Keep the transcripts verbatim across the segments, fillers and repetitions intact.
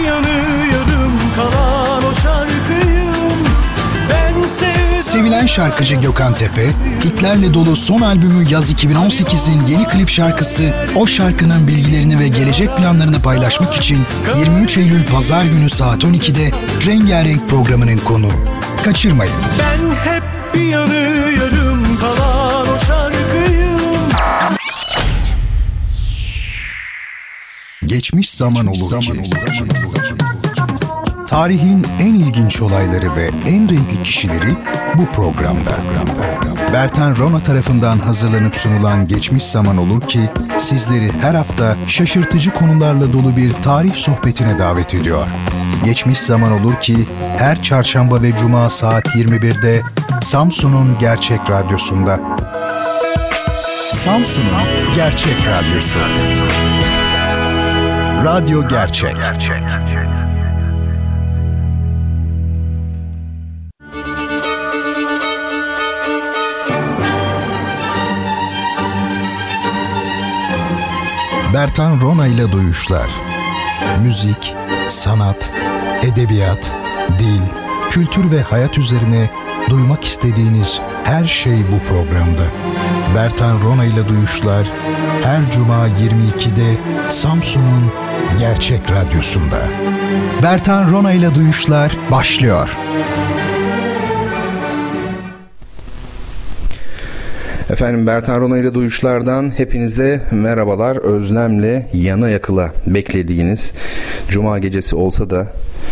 bir yanı yarım kalan o şarkıyım. Ben sevdim. Sevilen şarkıcı Gökhan Tepe, hitlerle dolu son albümü Yaz iki bin on sekizin yeni klip şarkısı O Şarkının bilgilerini ve gelecek planlarını paylaşmak için yirmi üç Eylül Pazar günü saat on ikide Rengarenk programının konuğu. Kaçırmayın. Ben hep bir yanı yarım kalan o şarkıyım. Geçmiş zaman olur zaman ki. Olur, zaman olur ki. Tarihin en ilginç olayları ve en renkli kişileri bu programda. Bertan Rona tarafından hazırlanıp sunulan Geçmiş Zaman Olur ki sizleri her hafta şaşırtıcı konularla dolu bir tarih sohbetine davet ediyor. Geçmiş Zaman Olur ki her çarşamba ve cuma saat yirmi birde Samsun'un Gerçek Radyosu'nda. Samsun'un Gerçek Radyosu. Radyo Gerçek. Bertan Rona ile Duyuşlar. Müzik, sanat, edebiyat, dil, kültür ve hayat üzerine duymak istediğiniz her şey bu programda. Bertan Rona ile Duyuşlar her cuma yirmi ikide Samsun'un Gerçek Radyosu'nda. Bertan Rona ile Duyuşlar başlıyor. Efendim Bertan Rona ile Duyuşlar'dan hepinize merhabalar. Özlemle yana yakıla beklediğiniz cuma gecesi olsa da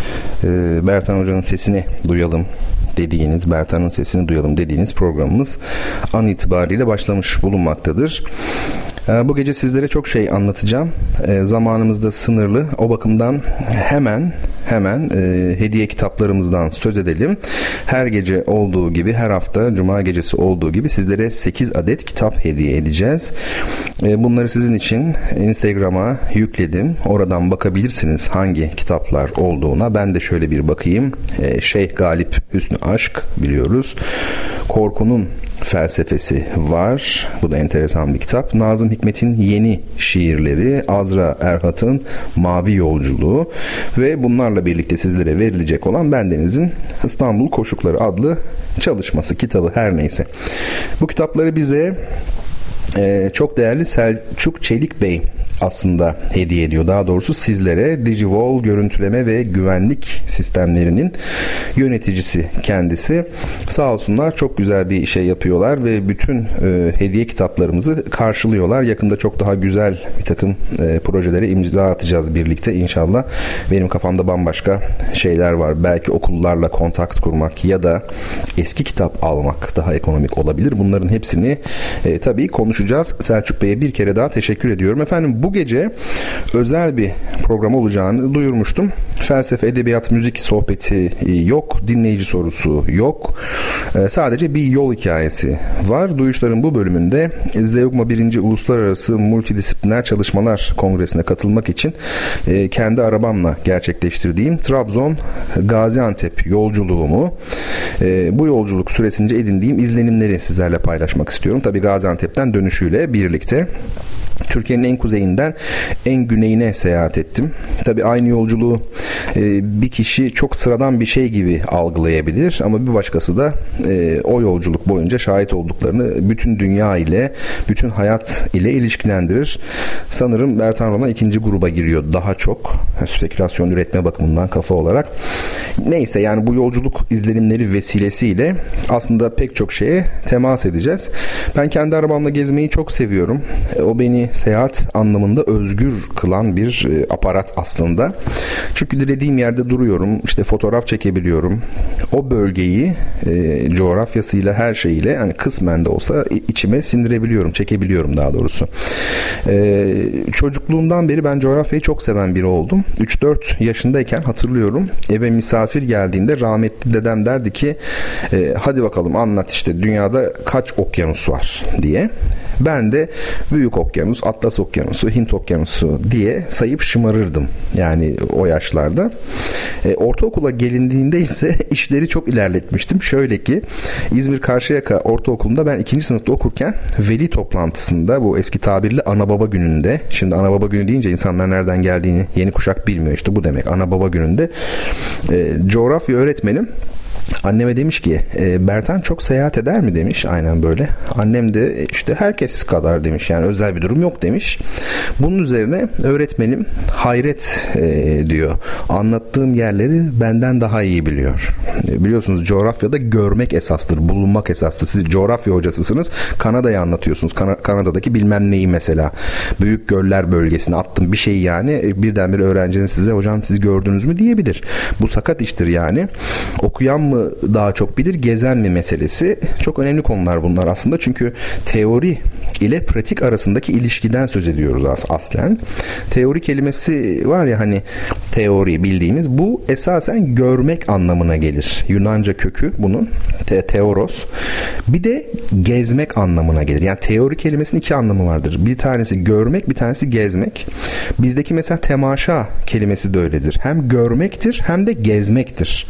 e, Bertan Hoca'nın sesini duyalım dediğiniz, Bertan'ın sesini duyalım dediğiniz programımız an itibariyle başlamış bulunmaktadır. Bu gece sizlere çok şey anlatacağım. E, zamanımız da sınırlı. O bakımdan hemen hemen e, hediye kitaplarımızdan söz edelim. Her gece olduğu gibi, her hafta cuma gecesi olduğu gibi sizlere sekiz adet kitap hediye edeceğiz. E, bunları sizin için Instagram'a yükledim. Oradan bakabilirsiniz hangi kitaplar olduğuna. Ben de şöyle bir bakayım. E, Şeyh Galip Hüsnü Aşk biliyoruz. Korkunun Felsefesi var. Bu da enteresan bir kitap. Nazım Hikmet'in Yeni Şiirleri, Azra Erhat'ın Mavi Yolculuğu ve bunlarla birlikte sizlere verilecek olan Bendeniz'in İstanbul Koşukları adlı çalışması, kitabı her neyse. Bu kitapları bize Ee, çok değerli Selçuk Çelik Bey aslında hediye ediyor. Daha doğrusu sizlere Digivol görüntüleme ve güvenlik sistemlerinin yöneticisi kendisi. Sağ olsunlar, çok güzel bir şey yapıyorlar ve bütün e, hediye kitaplarımızı karşılıyorlar. Yakında çok daha güzel bir takım e, projelere imza atacağız birlikte inşallah. Benim kafamda bambaşka şeyler var. Belki okullarla kontakt kurmak ya da eski kitap almak daha ekonomik olabilir. Bunların hepsini e, tabii konuşacağız. Selçuk Bey'e bir kere daha teşekkür ediyorum. Efendim bu gece özel bir program olacağını duyurmuştum. Felsefe, edebiyat, müzik sohbeti yok. Dinleyici sorusu yok. Ee, sadece bir yol hikayesi var. Duyuşların bu bölümünde Zeugma birinci. Uluslararası Multidisipliner Çalışmalar Kongresi'ne katılmak için e, kendi arabamla gerçekleştirdiğim Trabzon Gaziantep yolculuğumu, e, bu yolculuk süresince edindiğim izlenimleri sizlerle paylaşmak istiyorum. Tabii Gaziantep'ten dönüşüyle birlikte Türkiye'nin en kuzeyinden en güneyine seyahat ettim. Tabii aynı yolculuğu e, bir kişi çok sıradan bir şey gibi algılayabilir ama bir başkası da e, o yolculuk boyunca şahit olduklarını bütün dünya ile, bütün hayat ile ilişkilendirir. Sanırım Bertan Rona ikinci gruba giriyor daha çok. Spekülasyon üretme bakımından kafa olarak. Neyse, yani bu yolculuk izlenimleri vesilesiyle aslında pek çok şeye temas edeceğiz. Ben kendi arabamla gezmeyi çok seviyorum. O beni seyahat anlamında özgür kılan bir e, aparat aslında. Çünkü dilediğim yerde duruyorum, işte fotoğraf çekebiliyorum. O bölgeyi e, coğrafyasıyla, her şeyiyle, hani kısmen de olsa içime sindirebiliyorum, çekebiliyorum daha doğrusu. E, çocukluğumdan beri ben coğrafyayı çok seven biri oldum. üç dört yaşındayken hatırlıyorum, eve misafir geldiğinde rahmetli dedem derdi ki e, hadi bakalım anlat işte dünyada kaç okyanus var diye. Ben de Büyük Okyanus, Atlas Okyanusu, Hint Okyanusu diye sayıp şımarırdım. Yani o yaşlarda. E, ortaokula gelindiğinde ise işleri çok ilerletmiştim. Şöyle ki İzmir Karşıyaka Ortaokulu'nda ben ikinci sınıfta okurken veli toplantısında, bu eski tabirle ana baba gününde, şimdi ana baba günü deyince insanlar nereden geldiğini yeni kuşak bilmiyor, işte bu demek ana baba gününde, e, coğrafya öğretmenim anneme demiş ki e, Bertan çok seyahat eder mi demiş. Aynen böyle. Annem de işte herkes kadar demiş. Yani özel bir durum yok demiş. Bunun üzerine öğretmenim hayret e, diyor. Anlattığım yerleri benden daha iyi biliyor. E, biliyorsunuz coğrafyada görmek esastır. Bulunmak esastır. Siz coğrafya hocasısınız. Kanada'yı anlatıyorsunuz. Kan- Kanada'daki bilmem neyi mesela. Büyük göller bölgesine attım bir şey yani. E, birdenbire öğrenciniz size hocam siz gördünüz mü diyebilir. Bu sakat iştir yani. Okuyan mı daha çok bilir, gezen mi meselesi. Çok önemli konular bunlar aslında. Çünkü teori ile pratik arasındaki ilişkiden söz ediyoruz as- aslen. Teori kelimesi var ya hani, teori bildiğimiz, bu esasen görmek anlamına gelir. Yunanca kökü bunun te- teoros. Bir de gezmek anlamına gelir. Yani teori kelimesinin iki anlamı vardır. Bir tanesi görmek, bir tanesi gezmek. Bizdeki mesela temaşa kelimesi de öyledir. Hem görmektir hem de gezmektir.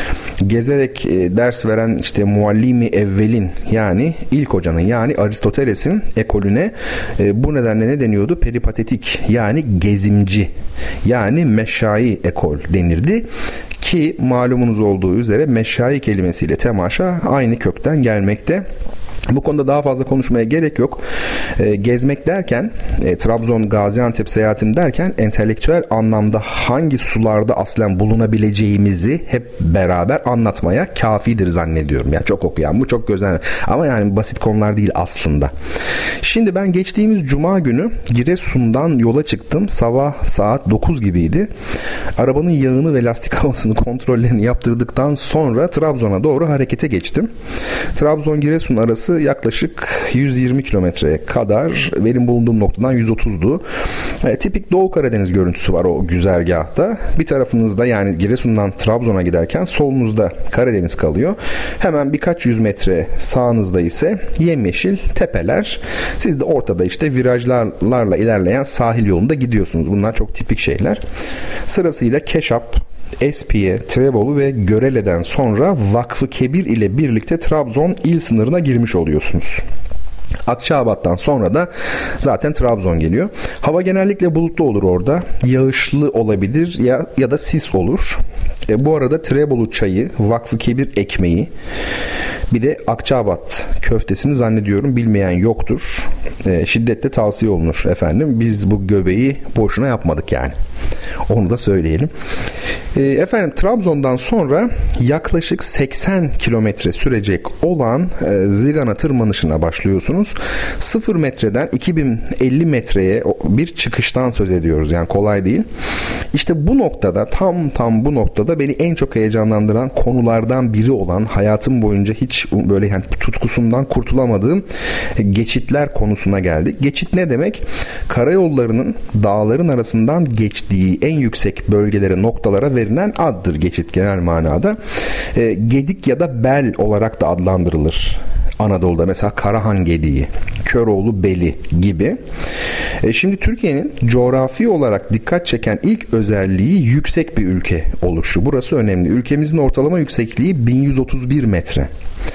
Gezerek e, ders veren işte muallimi evvelin, yani ilk hocanın, yani Aristoteles'in ekolüne e, bu nedenle ne deniyordu? Peripatetik, yani gezimci, yani meşai ekol denirdi. Ki malumunuz olduğu üzere meşai kelimesiyle temaşa aynı kökten gelmekte. Bu konuda daha fazla konuşmaya gerek yok. E, gezmek derken, e, Trabzon, Gaziantep seyahatim derken entelektüel anlamda hangi sularda aslen bulunabileceğimizi hep beraber anlatmaya kafidir zannediyorum. Yani çok okuyan bu, çok gözlem. Ama yani basit konular değil aslında. Şimdi ben geçtiğimiz Cuma günü Giresun'dan yola çıktım. Sabah saat dokuz gibiydi. Arabanın yağını ve lastik havasını kontrollerini yaptırdıktan sonra Trabzon'a doğru harekete geçtim. Trabzon-Giresun arası yaklaşık yüz yirmi kilometreye kadar, benim bulunduğum noktadan yüz otuzdu. E, tipik Doğu Karadeniz görüntüsü var o güzergahta. Bir tarafınızda, yani Giresun'dan Trabzon'a giderken solunuzda Karadeniz kalıyor. Hemen birkaç yüz metre sağınızda ise yemyeşil tepeler. Siz de ortada işte virajlarla ilerleyen sahil yolunda gidiyorsunuz. Bunlar çok tipik şeyler. Sırasıyla Keşap, Espiye, Trebolu ve Görele'den sonra Vakfı Kebir ile birlikte Trabzon il sınırına girmiş oluyorsunuz. Akçaabat'tan sonra da zaten Trabzon geliyor. Hava genellikle bulutlu olur orada. Yağışlı olabilir ya ya da sis olur. E, bu arada Trebolu çayı, Vakfı Kebir ekmeği, bir de Akçaabat köftesini zannediyorum bilmeyen yoktur. E, şiddetle tavsiye olunur efendim. Biz bu göbeği boşuna yapmadık yani. Onu da söyleyelim. E, efendim Trabzon'dan sonra yaklaşık seksen kilometre sürecek olan e, Zigana tırmanışına başlıyorsunuz. sıfır metreden iki bin elli metreye bir çıkıştan söz ediyoruz. Yani kolay değil. İşte bu noktada, tam tam bu noktada beni en çok heyecanlandıran konulardan biri olan, hayatım boyunca hiç böyle yani tutkusundan kurtulamadığım geçitler konusuna geldik. Geçit ne demek? Karayollarının dağların arasından geçtiği en yüksek bölgelere, noktalara verilen addır geçit genel manada. E, Gedik ya da Bel olarak da adlandırılır. Anadolu'da mesela Karahan Gediği, Köroğlu Beli gibi. E şimdi Türkiye'nin coğrafi olarak dikkat çeken ilk özelliği yüksek bir ülke oluşu. Burası önemli. Ülkemizin ortalama yüksekliği bin yüz otuz bir metre.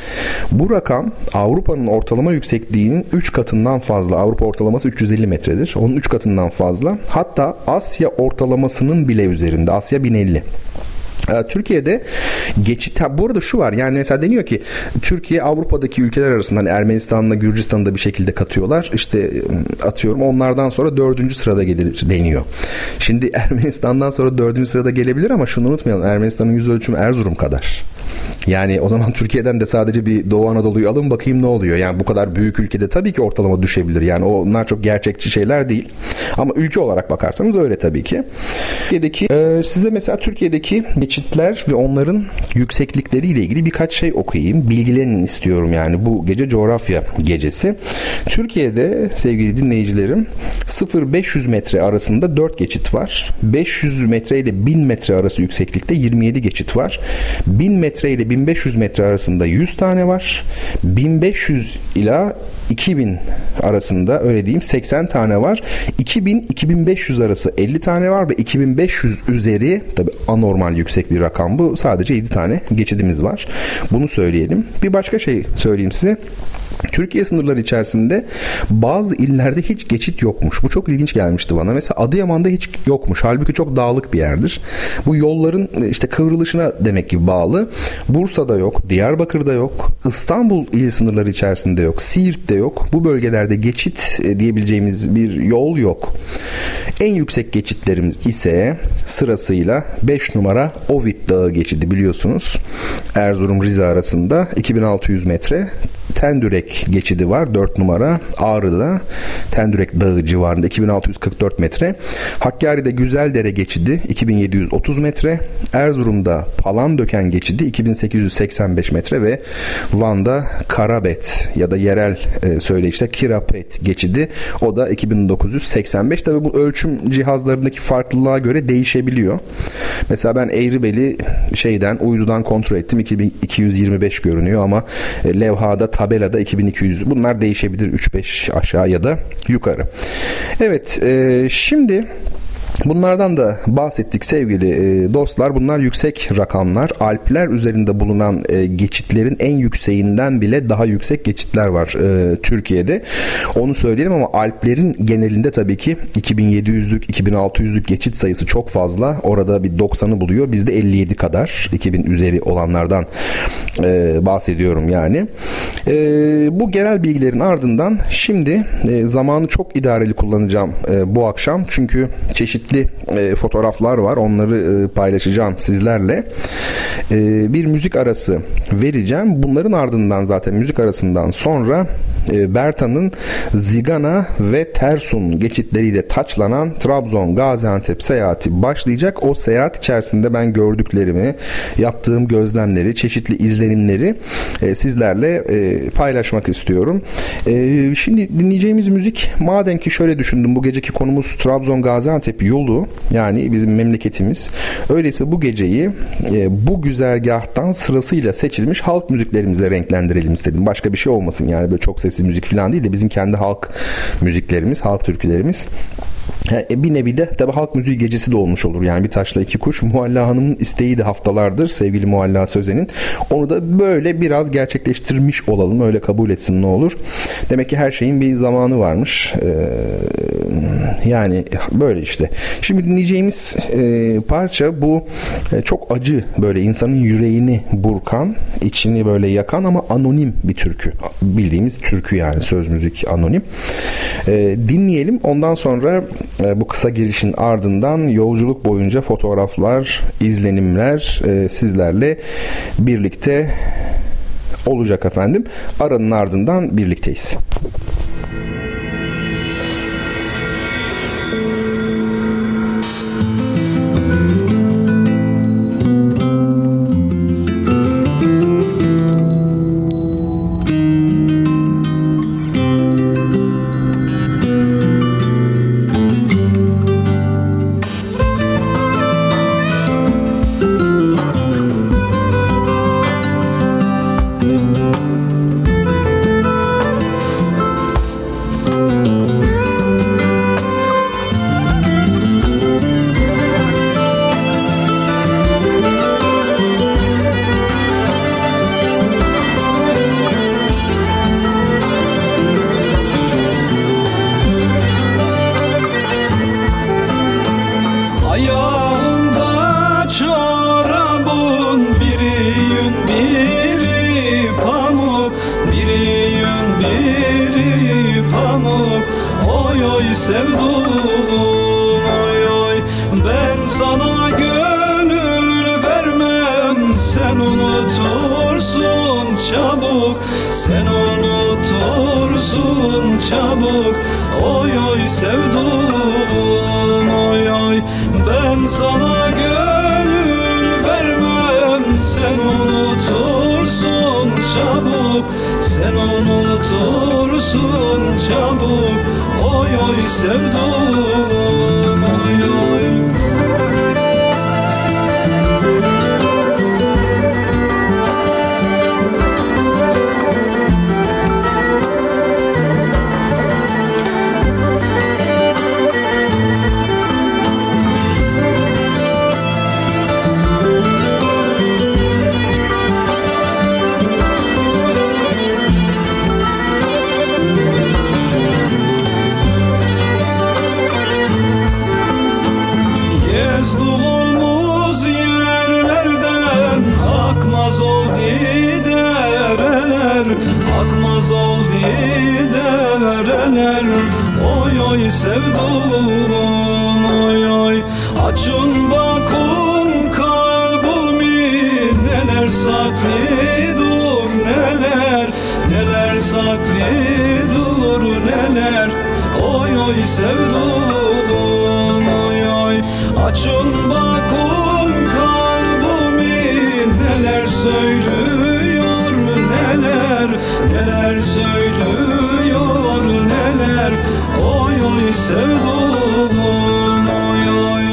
Bu rakam Avrupa'nın ortalama yüksekliğinin üç katından fazla. Avrupa ortalaması üç yüz elli metredir. Onun üç katından fazla. Hatta Asya ortalamasının bile üzerinde. Asya bin elli. Türkiye'de geçit, ha bu arada şu var, yani mesela deniyor ki Türkiye Avrupa'daki ülkeler arasında, hani Ermenistan'la Gürcistan'ı da bir şekilde katıyorlar, işte atıyorum onlardan sonra dördüncü sırada gelir deniyor. Şimdi Ermenistan'dan sonra dördüncü sırada gelebilir ama şunu unutmayalım, Ermenistan'ın yüz ölçümü Erzurum kadar. Yani o zaman Türkiye'den de sadece bir Doğu Anadolu'yu alın bakayım ne oluyor. Yani bu kadar büyük ülkede tabii ki ortalama düşebilir. Yani onlar çok gerçekçi şeyler değil. Ama ülke olarak bakarsanız öyle tabii ki. Türkiye'deki, e, size mesela Türkiye'deki geçitler ve onların yükseklikleriyle ilgili birkaç şey okuyayım. Bilgilenin istiyorum yani bu gece coğrafya gecesi. Türkiye'de sevgili dinleyicilerim sıfır beş yüz metre arasında dört geçit var. beş yüz metre ile bin metre arası yükseklikte yirmi yedi geçit var. bin metre ile ile bin beş yüz metre arasında yüz tane var. bin beş yüz ila iki bin arasında, öyle diyeyim, seksen tane var. iki bin iki bin beş yüz arası elli tane var ve iki bin beş yüz üzeri, tabii anormal yüksek bir rakam bu. Sadece yedi tane geçidimiz var. Bunu söyleyelim. Bir başka şey söyleyeyim size. Türkiye sınırları içerisinde bazı illerde hiç geçit yokmuş. Bu çok ilginç gelmişti bana. Mesela Adıyaman'da hiç yokmuş. Halbuki çok dağlık bir yerdir. Bu yolların işte kıvrılışına demek ki bağlı. Bursa'da yok, Diyarbakır'da yok, İstanbul il sınırları içerisinde yok, Siirt'te yok. Bu bölgelerde geçit diyebileceğimiz bir yol yok. En yüksek geçitlerimiz ise sırasıyla beş numara Ovid Dağı geçidi, biliyorsunuz. Erzurum-Rize arasında iki bin altı yüz metre. Tendürek geçidi var dört numara Ağrı'da, Tendürek Dağı civarında iki bin altı yüz kırk dört metre. Hakkari'de Güzeldere geçidi iki bin yedi yüz otuz metre. Erzurum'da Palandöken geçidi iki bin sekiz yüz seksen beş metre ve Van'da Karabet ya da yerel e, söyleyişle Kirapet geçidi, o da iki bin dokuz yüz seksen beş. Tabii bu ölçüm cihazlarındaki farklılığa göre değişebiliyor. Mesela ben Eğribeli şeyden, uydudan kontrol ettim, iki bin iki yüz yirmi beş görünüyor ama e, levhada, tabelada iki bin iki yüz. Bunlar değişebilir, üç beş aşağı ya da yukarı. Evet, e, şimdi bunlardan da bahsettik sevgili e, dostlar. Bunlar yüksek rakamlar. Alpler üzerinde bulunan e, geçitlerin en yükseğinden bile daha yüksek geçitler var e, Türkiye'de. Onu söyleyelim ama Alplerin genelinde tabii ki iki bin yedi yüzlük, iki bin altı yüzlük geçit sayısı çok fazla. Orada bir doksanı buluyor. Bizde elli yedi kadar, iki bin üzeri olanlardan e, bahsediyorum yani. E, bu genel bilgilerin ardından şimdi e, zamanı çok idareli kullanacağım e, bu akşam. Çünkü çeşitli e, fotoğraflar var. Onları e, paylaşacağım sizlerle. E, bir müzik arası vereceğim. Bunların ardından, zaten müzik arasından sonra e, Bertan'ın Zigana ve Tersun geçitleriyle taçlanan Trabzon Gaziantep seyahati başlayacak. O seyahat içerisinde ben gördüklerimi, yaptığım gözlemleri, çeşitli izlenimleri e, sizlerle e, paylaşmak istiyorum. E, şimdi dinleyeceğimiz müzik, madem ki şöyle düşündüm, bu geceki konumuz Trabzon Gaziantep yolu, yani bizim memleketimiz. Öyleyse bu geceyi e, bu güzergahtan sırasıyla seçilmiş halk müziklerimizle renklendirelim istedim. Başka bir şey olmasın yani, böyle çok sesli müzik falan değil de bizim kendi halk müziklerimiz, halk türkülerimiz. E, bir nevi de tabii halk müziği gecesi de olmuş olur. Yani bir taşla iki kuş. Mualla Hanım'ın isteği de haftalardır, sevgili Mualla Sözen'in. Onu da böyle biraz gerçekleştirmiş olalım. Öyle kabul etsin, ne olur. Demek ki her şeyin bir zamanı varmış. Ee, yani böyle işte. Şimdi dinleyeceğimiz e, parça bu e, çok acı, böyle insanın yüreğini burkan, içini böyle yakan ama anonim bir türkü. Bildiğimiz türkü yani, söz müzik anonim. E, dinleyelim. Ondan sonra bu kısa girişin ardından yolculuk boyunca fotoğraflar, izlenimler e, sizlerle birlikte olacak efendim. Aranın ardından birlikteyiz. Mezlumumuz yerlerden akmaz oldu dereler, akmaz oldu dereler. Oy oy sevdum oy oy, açın bakın kalbimi, neler saklıdır neler, neler saklıdır neler. Oy oy sevdum oy oy, açın bakın kalbimi, neler söylüyor neler, neler söylüyor neler. Oy oy sevdum oy oy.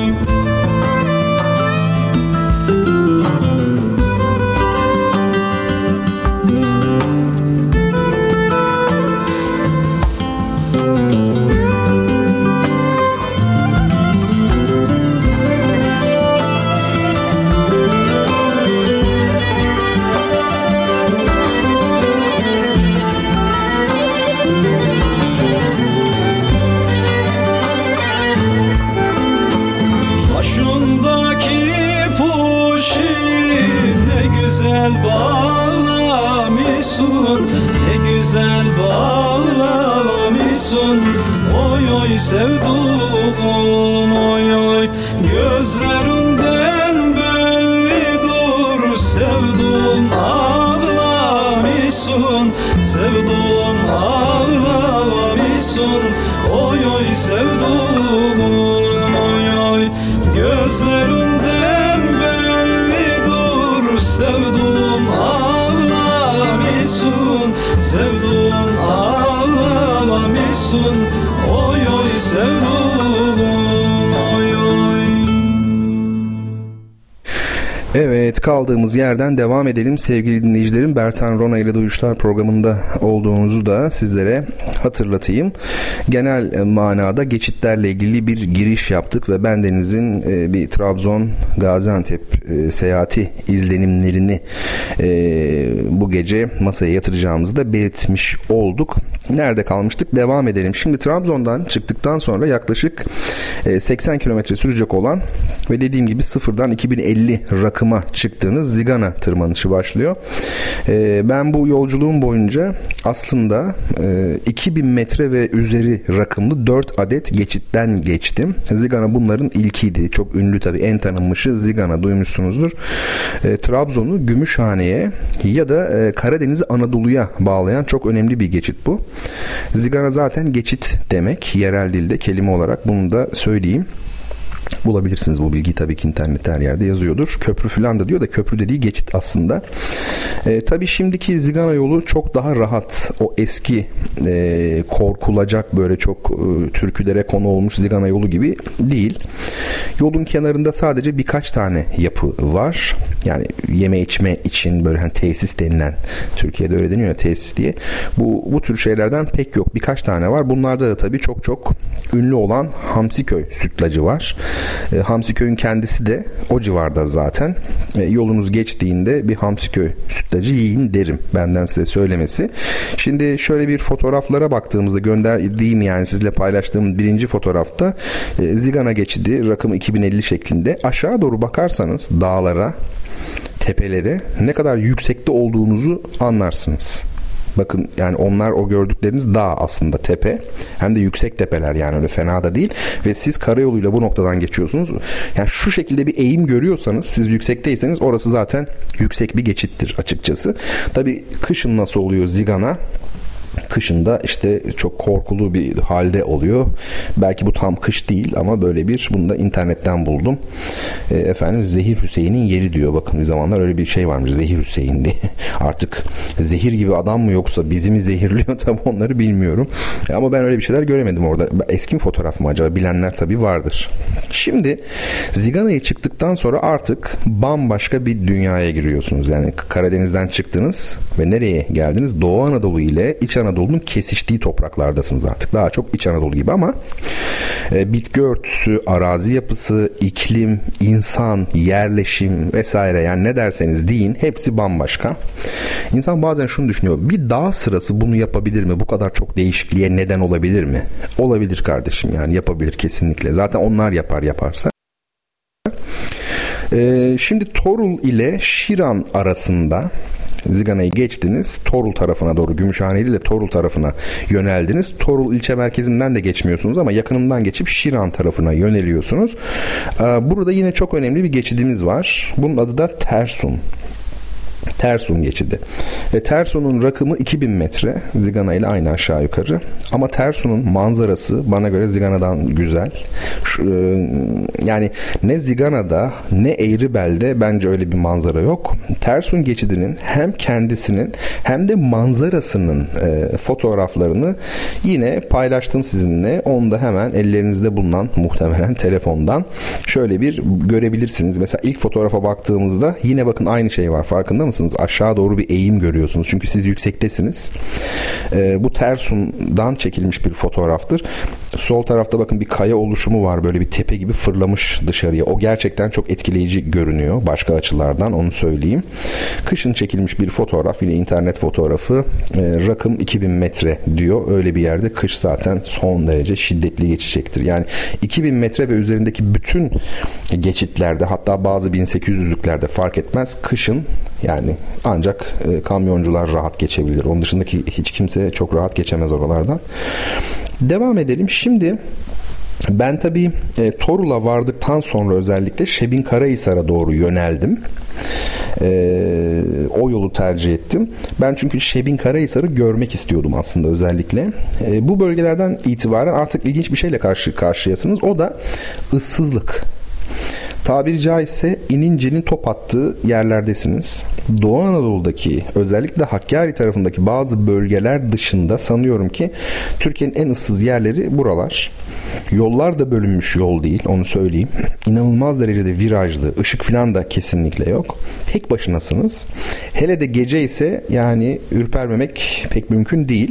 Bağlamışsın, ne güzel bağlamışsın. Oy oy sevdum oy oy, gözlerinden bellidir sevdum ağlamışsın, sevdum ağlamışsın. Oy oy sevdum oy oy, gözlerinden bellidir sevdum ağlamışsın, sevdum ağlamışsın. Oy oy sevdum oy oy. Evet, kaldığımız yerden devam edelim sevgili dinleyicilerim. Bertan Rona ile Duyuşlar programında olduğunuzu da sizlere hatırlatayım. Genel manada geçitlerle ilgili bir giriş yaptık ve bendenizin bir Trabzon Gaziantep seyahati izlenimlerini bu gece masaya yatıracağımızı da belirtmiş olduk. Nerede kalmıştık? Devam edelim. Şimdi Trabzon'dan çıktıktan sonra yaklaşık seksen kilometre sürecek olan ve dediğim gibi sıfırdan iki bin elli rakıma çıktığınız Zigana tırmanışı başlıyor. Ben bu yolculuğum boyunca aslında iki bin metre ve üzeri rakımlı dört adet geçitten geçtim. Zigana bunların ilkiydi. Çok ünlü tabii, en tanınmışı Zigana, duymuşsunuzdur. Trabzon'u Gümüşhane'ye ya da Karadeniz'i Anadolu'ya bağlayan çok önemli bir geçit bu. Zigana zaten geçit demek yerel dilde, kelime olarak, bunu da söyleyeyim. Bulabilirsiniz bu bilgiyi tabii ki, internette her yerde yazıyordur. Köprü falan da diyor da köprü dediği geçit aslında. E, tabii şimdiki Zigana yolu çok daha rahat. O eski e, korkulacak böyle çok e, türkülere konu olmuş Zigana yolu gibi değil. Yolun kenarında sadece birkaç tane yapı var. Yani yeme içme için böyle hani tesis denilen, Türkiye'de öyle deniyor ya, tesis diye. Bu, bu tür şeylerden pek yok. Birkaç tane var. Bunlarda da tabii çok çok ünlü olan Hamsiköy sütlacı var. E, Hamsiköy'ün kendisi de o civarda zaten. E, yolunuz geçtiğinde bir Hamsiköy sütlacı yiyin derim. Benden size söylemesi. Şimdi şöyle bir fotoğraflara baktığımızda, gönderdiğim yani sizle paylaştığım birinci fotoğrafta e, Zigana geçidi rakım iki bin elli şeklinde. Aşağı doğru bakarsanız dağlara, tepelere ne kadar yüksekte olduğunuzu anlarsınız. Bakın yani onlar, o gördükleriniz dağ aslında, tepe. Hem de yüksek tepeler, yani öyle fena da değil. Ve siz karayoluyla bu noktadan geçiyorsunuz. Yani şu şekilde bir eğim görüyorsanız, siz yüksekteyseniz orası zaten yüksek bir geçittir açıkçası. Tabii kışın nasıl oluyor Zigana? Kışında işte çok korkulu bir halde oluyor. Belki bu tam kış değil ama böyle bir, bunu da internetten buldum. E, efendim Zehir Hüseyin'in yeri diyor. Bakın bir zamanlar öyle bir şey varmış, Zehir Hüseyin diye. Artık zehir gibi adam mı yoksa bizi mi zehirliyor, tabii onları bilmiyorum. E, ama ben öyle bir şeyler göremedim orada. Eski mi fotoğraf mı acaba? Bilenler tabii vardır. Şimdi Zigana'ya çıktıktan sonra artık bambaşka bir dünyaya giriyorsunuz. Yani Karadeniz'den çıktınız ve nereye geldiniz? Doğu Anadolu ile İç Anadolu'nun kesiştiği topraklardasınız artık. Daha çok İç Anadolu gibi ama e, bitki örtüsü, arazi yapısı, iklim, insan, yerleşim vesaire, yani ne derseniz deyin hepsi bambaşka. İnsan bazen şunu düşünüyor. Bir dağ sırası bunu yapabilir mi? Bu kadar çok değişikliğe neden olabilir mi? Olabilir kardeşim, yani yapabilir kesinlikle. Zaten onlar yapar yaparsa. Ee, şimdi Torul ile Şiran arasında Zigana'yı geçtiniz. Torul tarafına doğru, Gümüşhane ile Torul tarafına yöneldiniz. Torul ilçe merkezinden de geçmiyorsunuz ama yakınından geçip Şiran tarafına yöneliyorsunuz. Ee, burada yine çok önemli bir geçidimiz var. Bunun adı da Tersun. Tersun geçidi. E, Tersun'un rakımı iki bin metre. Zigana ile aynı aşağı yukarı. Ama Tersun'un manzarası bana göre Zigana'dan güzel. Şu, e, yani ne Zigana'da ne Eğribel'de bence öyle bir manzara yok. Tersun geçidinin hem kendisinin hem de manzarasının e, fotoğraflarını yine paylaştım sizinle. Onu da hemen ellerinizde bulunan muhtemelen telefondan şöyle bir görebilirsiniz. Mesela ilk fotoğrafa baktığımızda yine bakın aynı şey var. Farkında mısınız? Aşağı doğru bir eğim görüyorsunuz. Çünkü siz yüksektesiniz. Ee, bu Tersun'dan çekilmiş bir fotoğraftır. Sol tarafta bakın bir kaya oluşumu var. Böyle bir tepe gibi fırlamış dışarıya. O gerçekten çok etkileyici görünüyor. Başka açılardan onu söyleyeyim. Kışın çekilmiş bir fotoğraf. Yine internet fotoğrafı. Ee, rakım iki bin metre diyor. Öyle bir yerde kış zaten son derece şiddetli geçecektir. Yani iki bin metre ve üzerindeki bütün geçitlerde, hatta bazı bin sekiz yüzlüklerde fark etmez. Kışın yani ancak e, kamyoncular rahat geçebilir. Onun dışındaki hiç kimse çok rahat geçemez oralardan. Devam edelim. Şimdi ben tabii e, Torul'a vardıktan sonra özellikle Şebinkarahisar'a doğru yöneldim. E, o yolu tercih ettim. Ben çünkü Şebinkarahisar'ı görmek istiyordum aslında özellikle. E, bu bölgelerden itibaren artık ilginç bir şeyle karşı karşıyasınız. O da ıssızlık. Tabiri caizse inincinin top attığı yerlerdesiniz. Doğu Anadolu'daki, özellikle Hakkari tarafındaki bazı bölgeler dışında sanıyorum ki Türkiye'nin en ıssız yerleri buralar. Yollar da bölünmüş yol değil, onu söyleyeyim. İnanılmaz derecede virajlı, ışık falan da kesinlikle yok. Tek başınasınız. Hele de gece ise yani ürpermemek pek mümkün değil.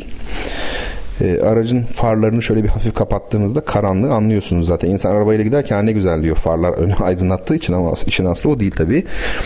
E, aracın farlarını şöyle bir hafif kapattığınızda karanlığı anlıyorsunuz zaten. İnsan arabayla giderken ne güzel diyor farlar önü aydınlattığı için, ama işin aslı o değil tabii.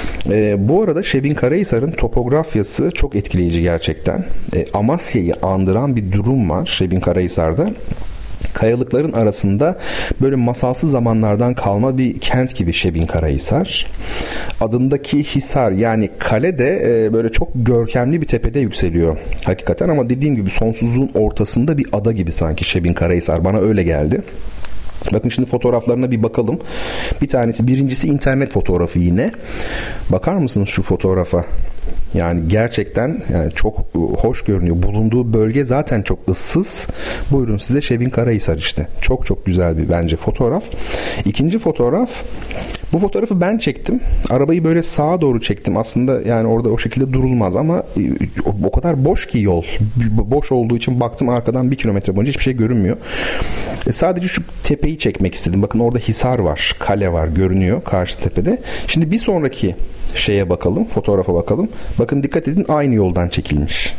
E, bu arada Şebinkarahisar'ın topografyası çok etkileyici gerçekten. E, Amasya'yı andıran bir durum var Şebinkarahisar'da. Kayalıkların arasında böyle masalsı zamanlardan kalma bir kent gibi Şebinkarahisar. Adındaki hisar, yani kale de e, böyle çok görkemli bir tepede yükseliyor hakikaten, ama dediğim gibi sonsuzluğun ortasında bir ada gibi sanki Şebinkarahisar. Bana öyle geldi. Bakın şimdi fotoğraflarına bir bakalım. Bir tanesi, birincisi internet fotoğrafı yine. Bakar mısınız şu fotoğrafa? Yani gerçekten yani çok hoş görünüyor. Bulunduğu bölge zaten çok ıssız. Buyurun size Şebinkarahisar işte. Çok çok güzel bir bence fotoğraf. İkinci fotoğraf. Bu fotoğrafı ben çektim. Arabayı böyle sağa doğru çektim. Aslında yani orada o şekilde durulmaz ama o kadar boş ki yol. Boş olduğu için baktım arkadan bir kilometre boyunca hiçbir şey görünmüyor. E sadece şu tepeyi çekmek istedim. Bakın orada hisar var, kale var, görünüyor karşı tepede. Şimdi bir sonraki şeye bakalım, fotoğrafa bakalım. Bakın dikkat edin, aynı yoldan çekilmiş.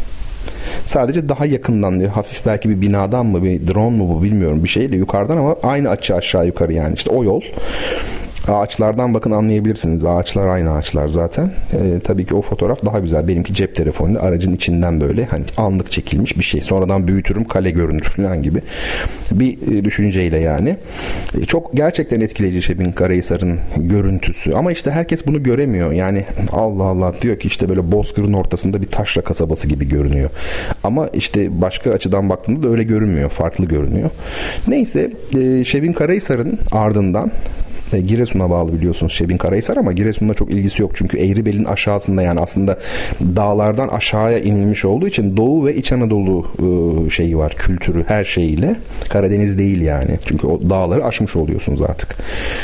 Sadece daha yakından diyor. Hafif belki bir binadan mı, bir drone mu bu bilmiyorum, bir şeyle yukarıdan, ama aynı açı aşağı yukarı yani. İşte o yol. Ağaçlardan bakın anlayabilirsiniz. Ağaçlar aynı ağaçlar zaten. Ee, tabii ki o fotoğraf daha güzel. Benimki cep telefonuyla aracın içinden böyle hani anlık çekilmiş bir şey. Sonradan büyütürüm, kale görünür falan gibi bir e, düşünceyle yani. E, çok gerçekten etkileyici Şebinkarahisar'ın görüntüsü. Ama işte herkes bunu göremiyor. Yani Allah Allah diyor ki işte böyle bozkırın ortasında bir taşra kasabası gibi görünüyor. Ama işte başka açıdan baktığında da öyle görünmüyor. Farklı görünüyor. Neyse e, Şebinkarahisar'ın ardından Giresun'a bağlı biliyorsunuz Şebinkarahisar, ama Giresun'la çok ilgisi yok. Çünkü Eğribel'in aşağısında, yani aslında dağlardan aşağıya inilmiş olduğu için Doğu ve İç Anadolu şeyi var, kültürü her şeyiyle. Karadeniz değil yani. Çünkü o dağları aşmış oluyorsunuz artık.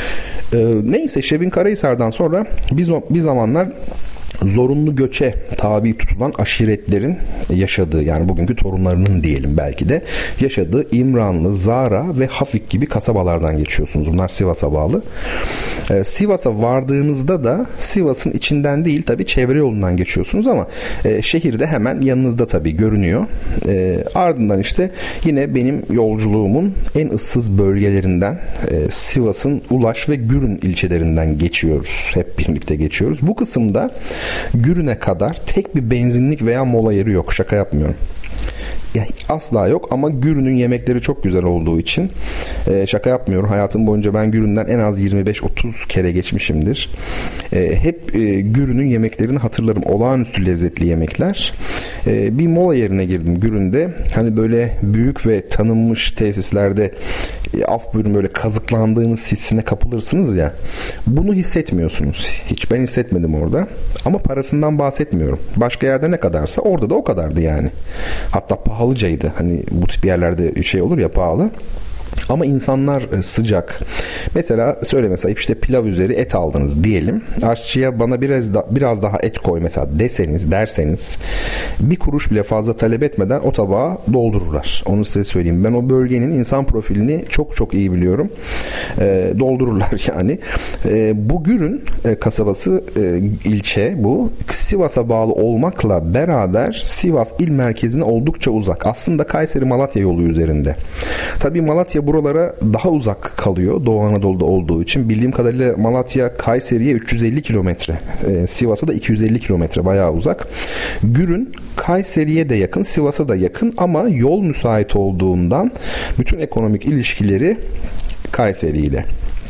Neyse Şebinkarahisar'dan sonra biz bir zamanlar zorunlu göçe tabi tutulan aşiretlerin yaşadığı, yani bugünkü torunlarının diyelim belki de yaşadığı İmranlı, Zara ve Hafik gibi kasabalardan geçiyorsunuz. Bunlar Sivas'a bağlı. Ee, Sivas'a vardığınızda da Sivas'ın içinden değil tabi çevre yolundan geçiyorsunuz, ama e, şehirde hemen yanınızda tabi görünüyor. E, ardından işte yine benim yolculuğumun en ıssız bölgelerinden e, Sivas'ın Ulaş ve Gürün ilçelerinden geçiyoruz. Hep birlikte geçiyoruz. Bu kısımda Gürün'e kadar tek bir benzinlik veya mola yeri yok. Şaka yapmıyorum. Yani asla yok ama Gürün'ün yemekleri çok güzel olduğu için e, şaka yapmıyorum. Hayatım boyunca ben Gürün'den en az yirmi beş otuz kere geçmişimdir. E, hep e, Gürün'ün yemeklerini hatırlarım. Olağanüstü lezzetli yemekler. E, bir mola yerine girdim Gürün'de. Hani böyle büyük ve tanınmış tesislerde e, af buyurun böyle kazıklandığınız hissine kapılırsınız ya. Bunu hissetmiyorsunuz. Hiç ben hissetmedim orada. Ama parasından bahsetmiyorum. Başka yerde ne kadarsa orada da o kadardı yani. Hatta pahalıcaydı. Hani bu tip yerlerde şey olur ya, pahalı. Ama insanlar sıcak. Mesela söyle mesela işte pilav üzeri et aldınız diyelim. Aşçıya bana biraz da, biraz daha et koy mesela deseniz, derseniz bir kuruş bile fazla talep etmeden o tabağı doldururlar. Onu size söyleyeyim. Ben o bölgenin insan profilini çok çok iyi biliyorum. E, doldururlar yani. E, bu Gürün e, kasabası e, ilçe bu. Sivas'a bağlı olmakla beraber Sivas il merkezine oldukça uzak. Aslında Kayseri-Malatya yolu üzerinde. Tabii Malatya buralara daha uzak kalıyor Doğu Anadolu'da olduğu için. Bildiğim kadarıyla Malatya Kayseri'ye üç yüz elli kilometre. Ee, Sivas'a da iki yüz elli kilometre, bayağı uzak. Gürün Kayseri'ye de yakın, Sivas'a da yakın ama yol müsait olduğundan bütün ekonomik ilişkileri Kayseri ile.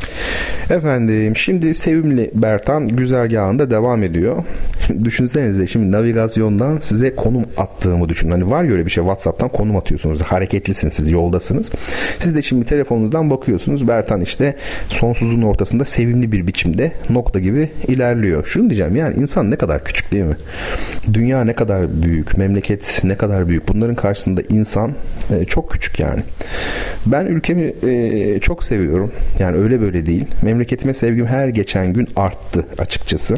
Efendim şimdi Sevimli Bertan güzergahında devam ediyor. Düşünsenize şimdi navigasyondan size konum attığımı düşünün. Hani var ya öyle bir şey, WhatsApp'tan konum atıyorsunuz. Hareketlisiniz, siz yoldasınız. Siz de şimdi telefonunuzdan bakıyorsunuz. Bertan işte sonsuzluğun ortasında sevimli bir biçimde nokta gibi ilerliyor. Şunu diyeceğim, yani insan ne kadar küçük değil mi? Dünya ne kadar büyük, memleket ne kadar büyük. Bunların karşısında insan e, çok küçük yani. Ben ülkemi e, çok seviyorum. Yani öyle böyle değil. Memleketime sevgim her geçen gün arttı açıkçası.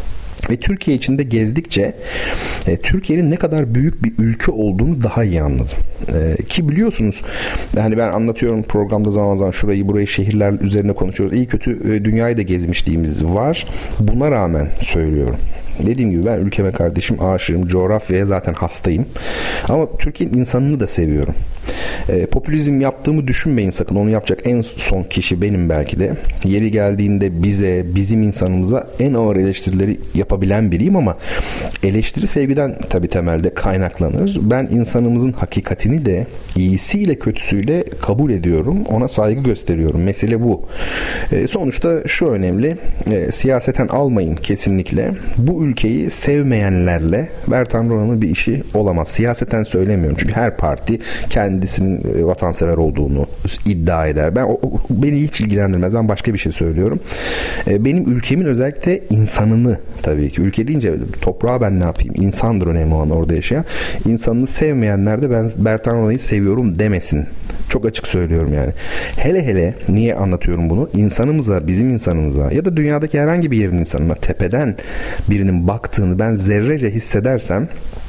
Ve Türkiye içinde gezdikçe e, Türkiye'nin ne kadar büyük bir ülke olduğunu daha iyi anladım. E, ki biliyorsunuz yani ben anlatıyorum programda zaman zaman şurayı burayı, şehirler üzerine konuşuyoruz. İyi kötü e, dünyayı da gezmişliğimiz var. Buna rağmen söylüyorum. Dediğim gibi ben ülkeme kardeşim aşığım. Coğrafyaya zaten hastayım. Ama Türkiye'nin insanını da seviyorum. E, popülizm yaptığımı düşünmeyin sakın. Onu yapacak en son kişi benim belki de. Yeri geldiğinde bize, bizim insanımıza en ağır eleştirileri yapabilen biriyim ama eleştiri sevgiden tabii temelde kaynaklanır. Ben insanımızın hakikatini de iyisiyle kötüsüyle kabul ediyorum. Ona saygı gösteriyorum. Mesele bu. E, sonuçta şu önemli. E, siyaseten almayın kesinlikle. Bu ülkeyi sevmeyenlerle Bertan Rona'nın bir işi olamaz. Siyaseten söylemiyorum. Çünkü her parti kendisinin vatansever olduğunu iddia eder. Ben o, o, beni hiç ilgilendirmez. Ben başka bir şey söylüyorum. E, benim ülkemin özellikle insanını, tabii ki ülke deyince toprağa ben ne yapayım? İnsandır önemli olan orada yaşayan. İnsanını sevmeyenler de ben Bertan Rona'yı seviyorum demesin. Çok açık söylüyorum yani. Hele hele niye anlatıyorum bunu? İnsanımıza, bizim insanımıza ya da dünyadaki herhangi bir yerin insanına tepeden birinin baktığını ben zerrece hissedersem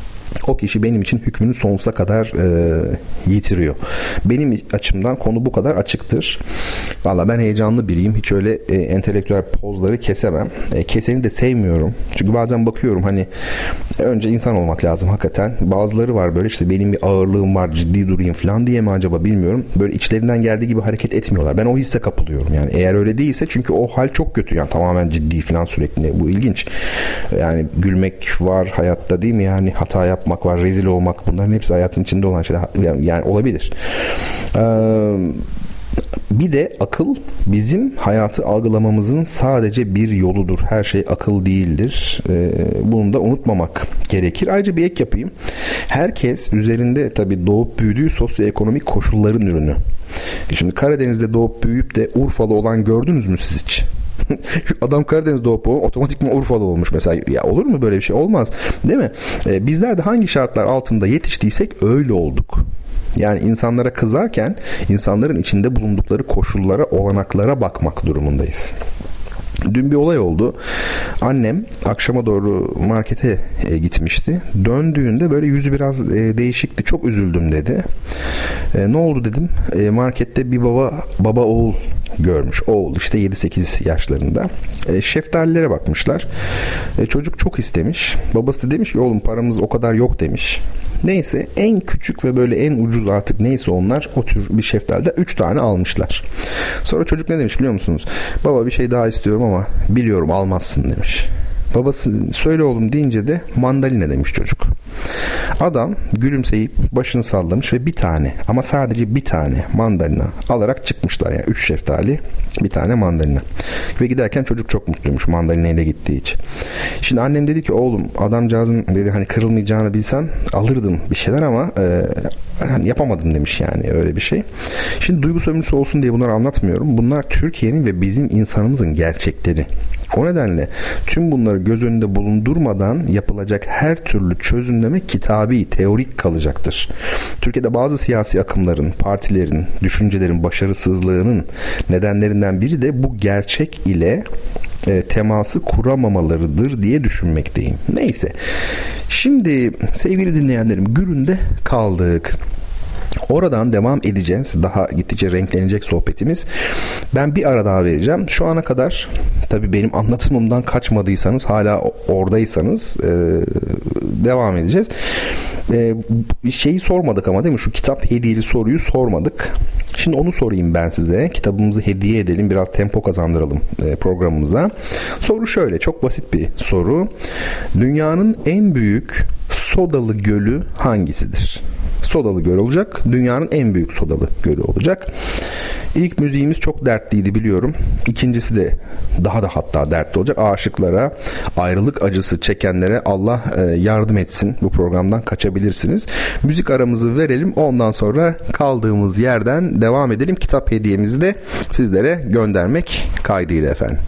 o kişi benim için hükmünü sonsuza kadar e, yitiriyor. Benim açımdan konu bu kadar açıktır. Valla ben heyecanlı biriyim. Hiç öyle e, entelektüel pozları kesemem. E, keseni de sevmiyorum. Çünkü bazen bakıyorum hani önce insan olmak lazım hakikaten. Bazıları var böyle işte benim bir ağırlığım var, ciddi durayım falan diye mi acaba bilmiyorum. Böyle içlerinden geldiği gibi hareket etmiyorlar. Ben o hisse kapılıyorum yani. Eğer öyle değilse çünkü o hal çok kötü yani, tamamen ciddi falan sürekli. Bu ilginç. Yani gülmek var hayatta değil mi? Yani hata yapmak var, rezil olmak, bunların hepsi hayatın içinde olan şeyler yani, yani olabilir. Ee, bir de akıl bizim hayatı algılamamızın sadece bir yoludur. Her şey akıl değildir. Ee, bunu da unutmamak gerekir. Ayrıca bir ek yapayım. Herkes üzerinde tabii doğup büyüdüğü sosyoekonomik koşulların ürünü. Şimdi Karadeniz'de doğup büyüyüp de Urfalı olan gördünüz mü siz hiç? Adam Karadeniz doğup otomatikman Urfalı olmuş mesela. Ya olur mu böyle bir şey? Olmaz. Değil mi? Ee, bizler de hangi şartlar altında yetiştiysek öyle olduk. Yani insanlara kızarken insanların içinde bulundukları koşullara, olanaklara bakmak durumundayız. Dün bir olay oldu. Annem akşama doğru markete e, gitmişti. Döndüğünde böyle yüzü biraz e, değişikti. Çok üzüldüm dedi. E, ne oldu dedim. E, markette bir baba baba oğul görmüş. Oğul işte yedi sekiz yaşlarında. E, şeftalilere bakmışlar. E, çocuk çok istemiş. Babası da demiş ki oğlum paramız o kadar yok demiş. Neyse en küçük ve böyle en ucuz artık neyse onlar o tür bir şeftalide üç tane almışlar. Sonra çocuk ne demiş biliyor musunuz? Baba bir şey daha istiyorum ama biliyorum almazsın demiş. Babası söyle oğlum deyince de mandalina demiş çocuk. Adam gülümseyip başını sallamış ve bir tane, ama sadece bir tane mandalina alarak çıkmışlar. Yani üç şeftali, bir tane mandalina. Ve giderken çocuk çok mutluymuş mandalina ile gittiği için. Şimdi annem dedi ki oğlum, adamcağızın dedi hani kırılmayacağını bilsem alırdım bir şeyler ama e, hani yapamadım demiş, yani öyle bir şey. Şimdi duygu sömürüsü olsun diye bunları anlatmıyorum. Bunlar Türkiye'nin ve bizim insanımızın gerçekleri. O nedenle tüm bunları göz önünde bulundurmadan yapılacak her türlü çözümleme kitabi, teorik kalacaktır. Türkiye'de bazı siyasi akımların, partilerin, düşüncelerin başarısızlığının nedenlerinden biri de bu gerçek ile e, teması kuramamalarıdır diye düşünmekteyim. Neyse. Şimdi sevgili dinleyenlerim, Gürün'de kaldık. Oradan devam edeceğiz. Daha gittikçe renklenecek sohbetimiz. Ben bir ara daha vereceğim. Şu ana kadar tabii benim anlatımımdan kaçmadıysanız, hala oradaysanız e, devam edeceğiz. E, bir şeyi sormadık ama, değil mi? Şu kitap hediyeli soruyu sormadık. Şimdi onu sorayım ben size. Kitabımızı hediye edelim. Biraz tempo kazandıralım e, programımıza. Soru şöyle. Çok basit bir soru. Dünyanın en büyük sodalı gölü hangisidir? Sodalı göl olacak. Dünyanın en büyük sodalı gölü olacak. İlk müziğimiz çok dertliydi biliyorum. İkincisi de daha da hatta dertli olacak. Aşıklara, ayrılık acısı çekenlere Allah yardım etsin. Bu programdan kaçabilirsiniz. Müzik aramızı verelim. Ondan sonra kaldığımız yerden devam edelim. Kitap hediyemizi de sizlere göndermek kaydıyla efendim.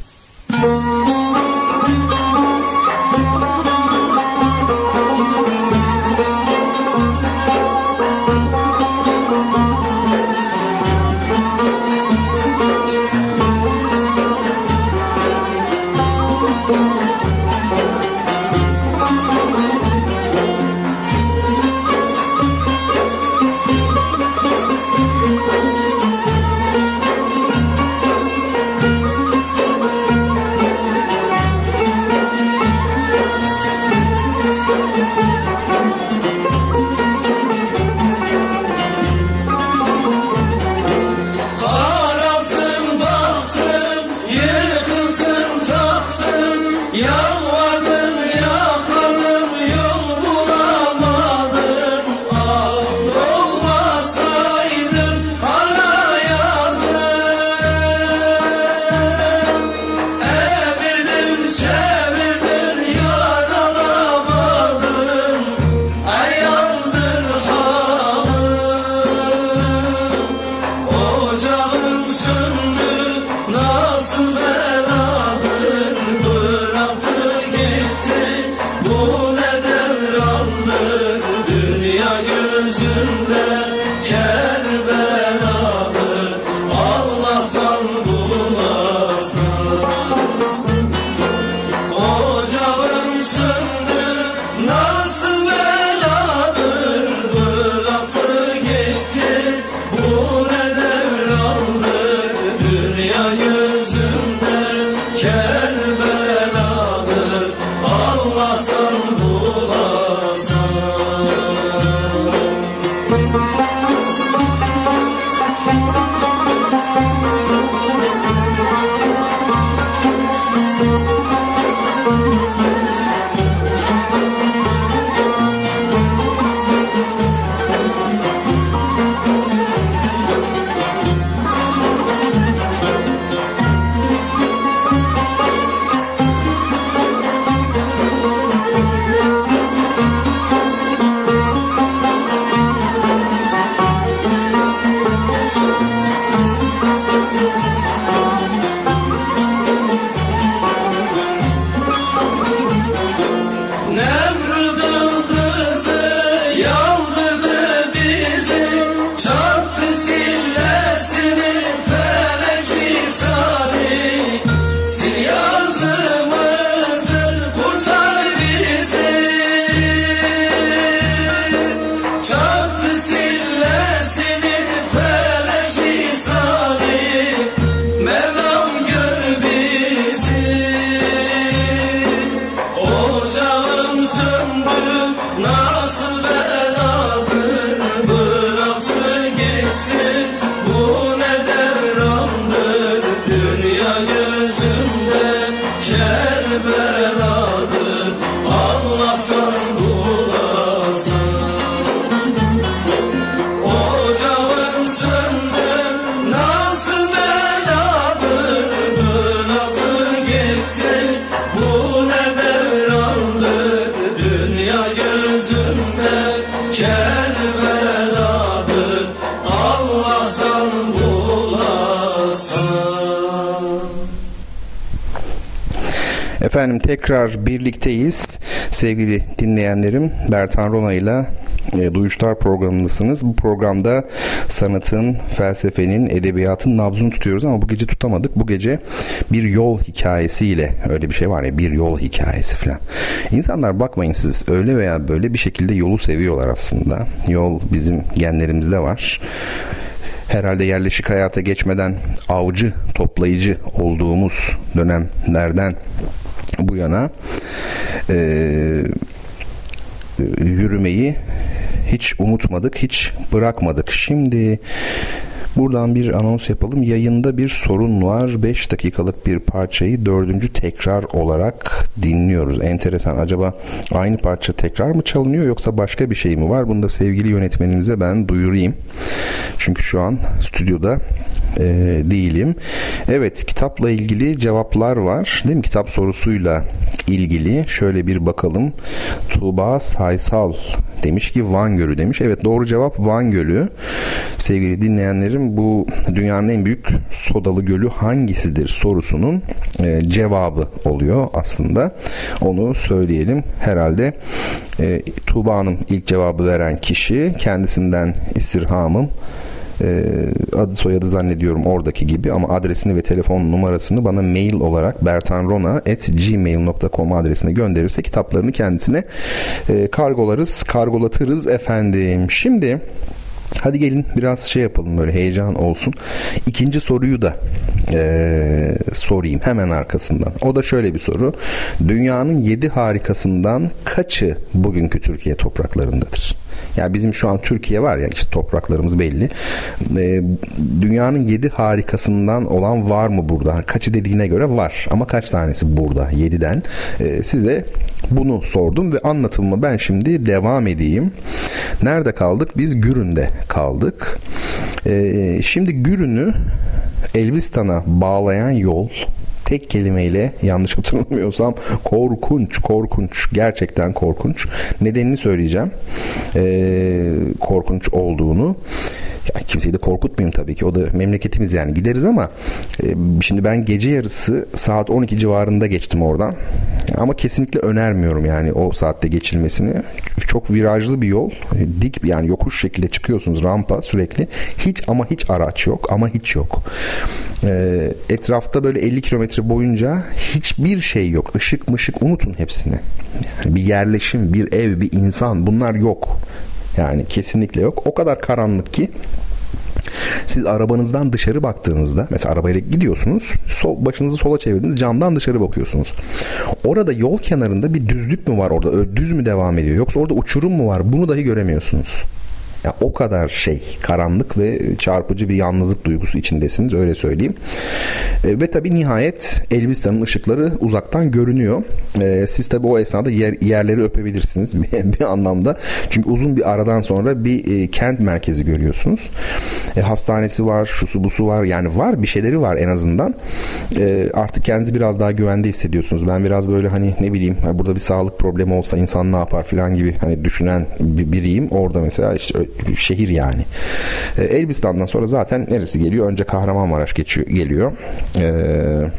Kerbeladır Allah'tan bulasın. Efendim tekrar birlikteyiz. Sevgili dinleyenlerim, Bertan Rona ile e, Duyuşlar programındasınız. Bu programda sanatın, felsefenin, edebiyatın nabzını tutuyoruz ama bu gece tutamadık. Bu gece bir yol hikayesiyle, öyle bir şey var ya, bir yol hikayesi falan. İnsanlar bakmayın siz, öyle veya böyle bir şekilde yolu seviyorlar aslında. Yol bizim genlerimizde var. Herhalde yerleşik hayata geçmeden avcı, toplayıcı olduğumuz dönemlerden bu yana e, yürümeyi hiç unutmadık, hiç bırakmadık. Şimdi buradan bir anons yapalım. Yayında bir sorun var. beş dakikalık bir parçayı dördüncü tekrar olarak dinliyoruz. Enteresan. Acaba aynı parça tekrar mı çalınıyor yoksa başka bir şey mi var? Bunu da sevgili yönetmenimize ben duyurayım. Çünkü şu an stüdyoda e, değilim. Evet, kitapla ilgili cevaplar var. Değil mi? Kitap sorusuyla ilgili. Şöyle bir bakalım. Tuğba Saysal demiş ki Van Gölü demiş. Evet, doğru cevap Van Gölü. Sevgili dinleyenlerim, bu dünyanın en büyük sodalı gölü hangisidir sorusunun e, cevabı oluyor aslında. Onu söyleyelim. Herhalde e, Tuğba Hanım ilk cevabı veren kişi, kendisinden istirhamım, e, adı soyadı zannediyorum oradaki gibi ama adresini ve telefon numarasını bana mail olarak bertanrona at gmail nokta com adresine gönderirse kitaplarını kendisine e, kargolarız, kargolatırız efendim. Şimdi hadi gelin biraz şey yapalım, böyle heyecan olsun. İkinci soruyu da e, sorayım hemen arkasından. O da şöyle bir soru. Dünyanın yedi harikasından kaçı bugünkü Türkiye topraklarındadır? Yani bizim şu an Türkiye var ya, işte topraklarımız belli. E, dünyanın yedi harikasından olan var mı burada? Kaçı dediğine göre var. Ama kaç tanesi burada yediden? E, size bunu sordum ve anlatımıma ben şimdi devam edeyim. Nerede kaldık? Biz Gürün'de kaldık. E, şimdi Gürün'ü Elbistan'a bağlayan yol, tek kelimeyle yanlış hatırlamıyorsam korkunç, korkunç, gerçekten korkunç. Nedenini söyleyeceğim. Ee, korkunç olduğunu. Ya kimseyi de korkutmayayım tabii ki. O da memleketimiz yani, gideriz ama e, şimdi ben gece yarısı saat on iki civarında geçtim oradan. Ama kesinlikle önermiyorum yani o saatte geçilmesini. Çok virajlı bir yol. Dik, yani yokuş şekilde çıkıyorsunuz, rampa sürekli. Hiç ama hiç araç yok ama hiç yok. E, etrafta böyle elli kilometre boyunca hiçbir şey yok. Işık mışık unutun hepsini. Yani bir yerleşim, bir ev, bir insan, bunlar yok. Yani kesinlikle yok. O kadar karanlık ki siz arabanızdan dışarı baktığınızda, mesela arabayla gidiyorsunuz, sol, başınızı sola çevirdiniz, camdan dışarı bakıyorsunuz. Orada yol kenarında bir düzlük mü var orada? Öyle düz mü devam ediyor? Yoksa orada uçurum mu var? Bunu dahi göremiyorsunuz. Ya o kadar şey, karanlık ve çarpıcı bir yalnızlık duygusu içindesiniz, öyle söyleyeyim. E, ve tabii nihayet Elbistan'ın ışıkları uzaktan görünüyor. E, siz tabii o esnada yer, yerleri öpebilirsiniz bir, bir anlamda. Çünkü uzun bir aradan sonra bir e, kent merkezi görüyorsunuz. E, hastanesi var, şusu busu var, yani var, bir şeyleri var en azından. E, artık kendinizi biraz daha güvende hissediyorsunuz. Ben biraz böyle hani ne bileyim, burada bir sağlık problemi olsa insan ne yapar falan gibi hani düşünen bir biriyim. Orada mesela işte şehir yani. E, Elbistan'dan sonra zaten neresi geliyor? Önce Kahramanmaraş geçiyor, geliyor. Eee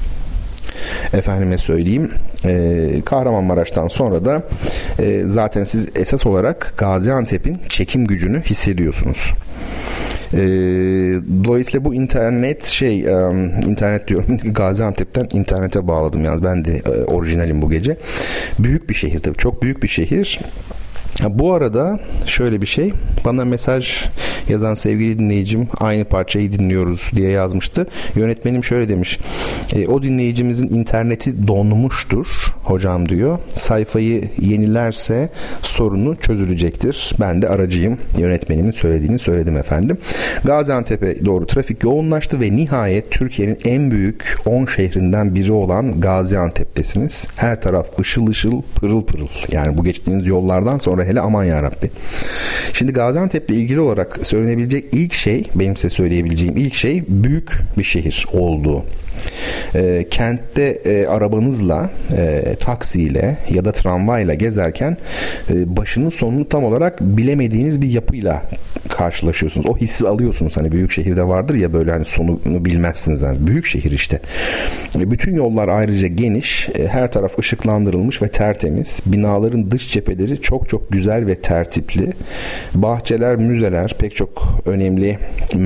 Efendime söyleyeyim, e, Kahramanmaraş'tan sonra da e, zaten siz esas olarak Gaziantep'in çekim gücünü hissediyorsunuz. E, dolayısıyla bu internet şey e, internet diyorum Gaziantep'ten internete bağladım yalnız, ben de e, orijinalim bu gece. Büyük bir şehir tabii, çok büyük bir şehir. Bu arada şöyle bir şey, bana mesaj yazan sevgili dinleyicim aynı parçayı dinliyoruz diye yazmıştı. Yönetmenim şöyle demiş, e, o dinleyicimizin interneti donmuştur hocam diyor. Sayfayı yenilerse sorunu çözülecektir. Ben de aracıyım. Yönetmenimin söylediğini söyledim efendim. Gaziantep'e doğru trafik yoğunlaştı ve nihayet Türkiye'nin en büyük on şehrinden biri olan Gaziantep'tesiniz. Her taraf ışıl ışıl, pırıl pırıl. Yani bu geçtiğiniz yollardan sonra hele aman yarabbi. Şimdi Gaziantep'le ilgili olarak söylenebilecek ilk şey, benim size söyleyebileceğim ilk şey, büyük bir şehir olduğu. E, kentte e, arabanızla, e, taksiyle ya da tramvayla gezerken e, başının sonunu tam olarak bilemediğiniz bir yapıyla karşılaşıyorsunuz. O hissi alıyorsunuz. Hani büyük şehirde vardır ya böyle hani sonunu bilmezsiniz. Yani büyük şehir işte. E, bütün yollar ayrıca geniş. E, her taraf ışıklandırılmış ve tertemiz. Binaların dış cepheleri çok çok güzel ve tertipli. Bahçeler, müzeler, pek çok önemli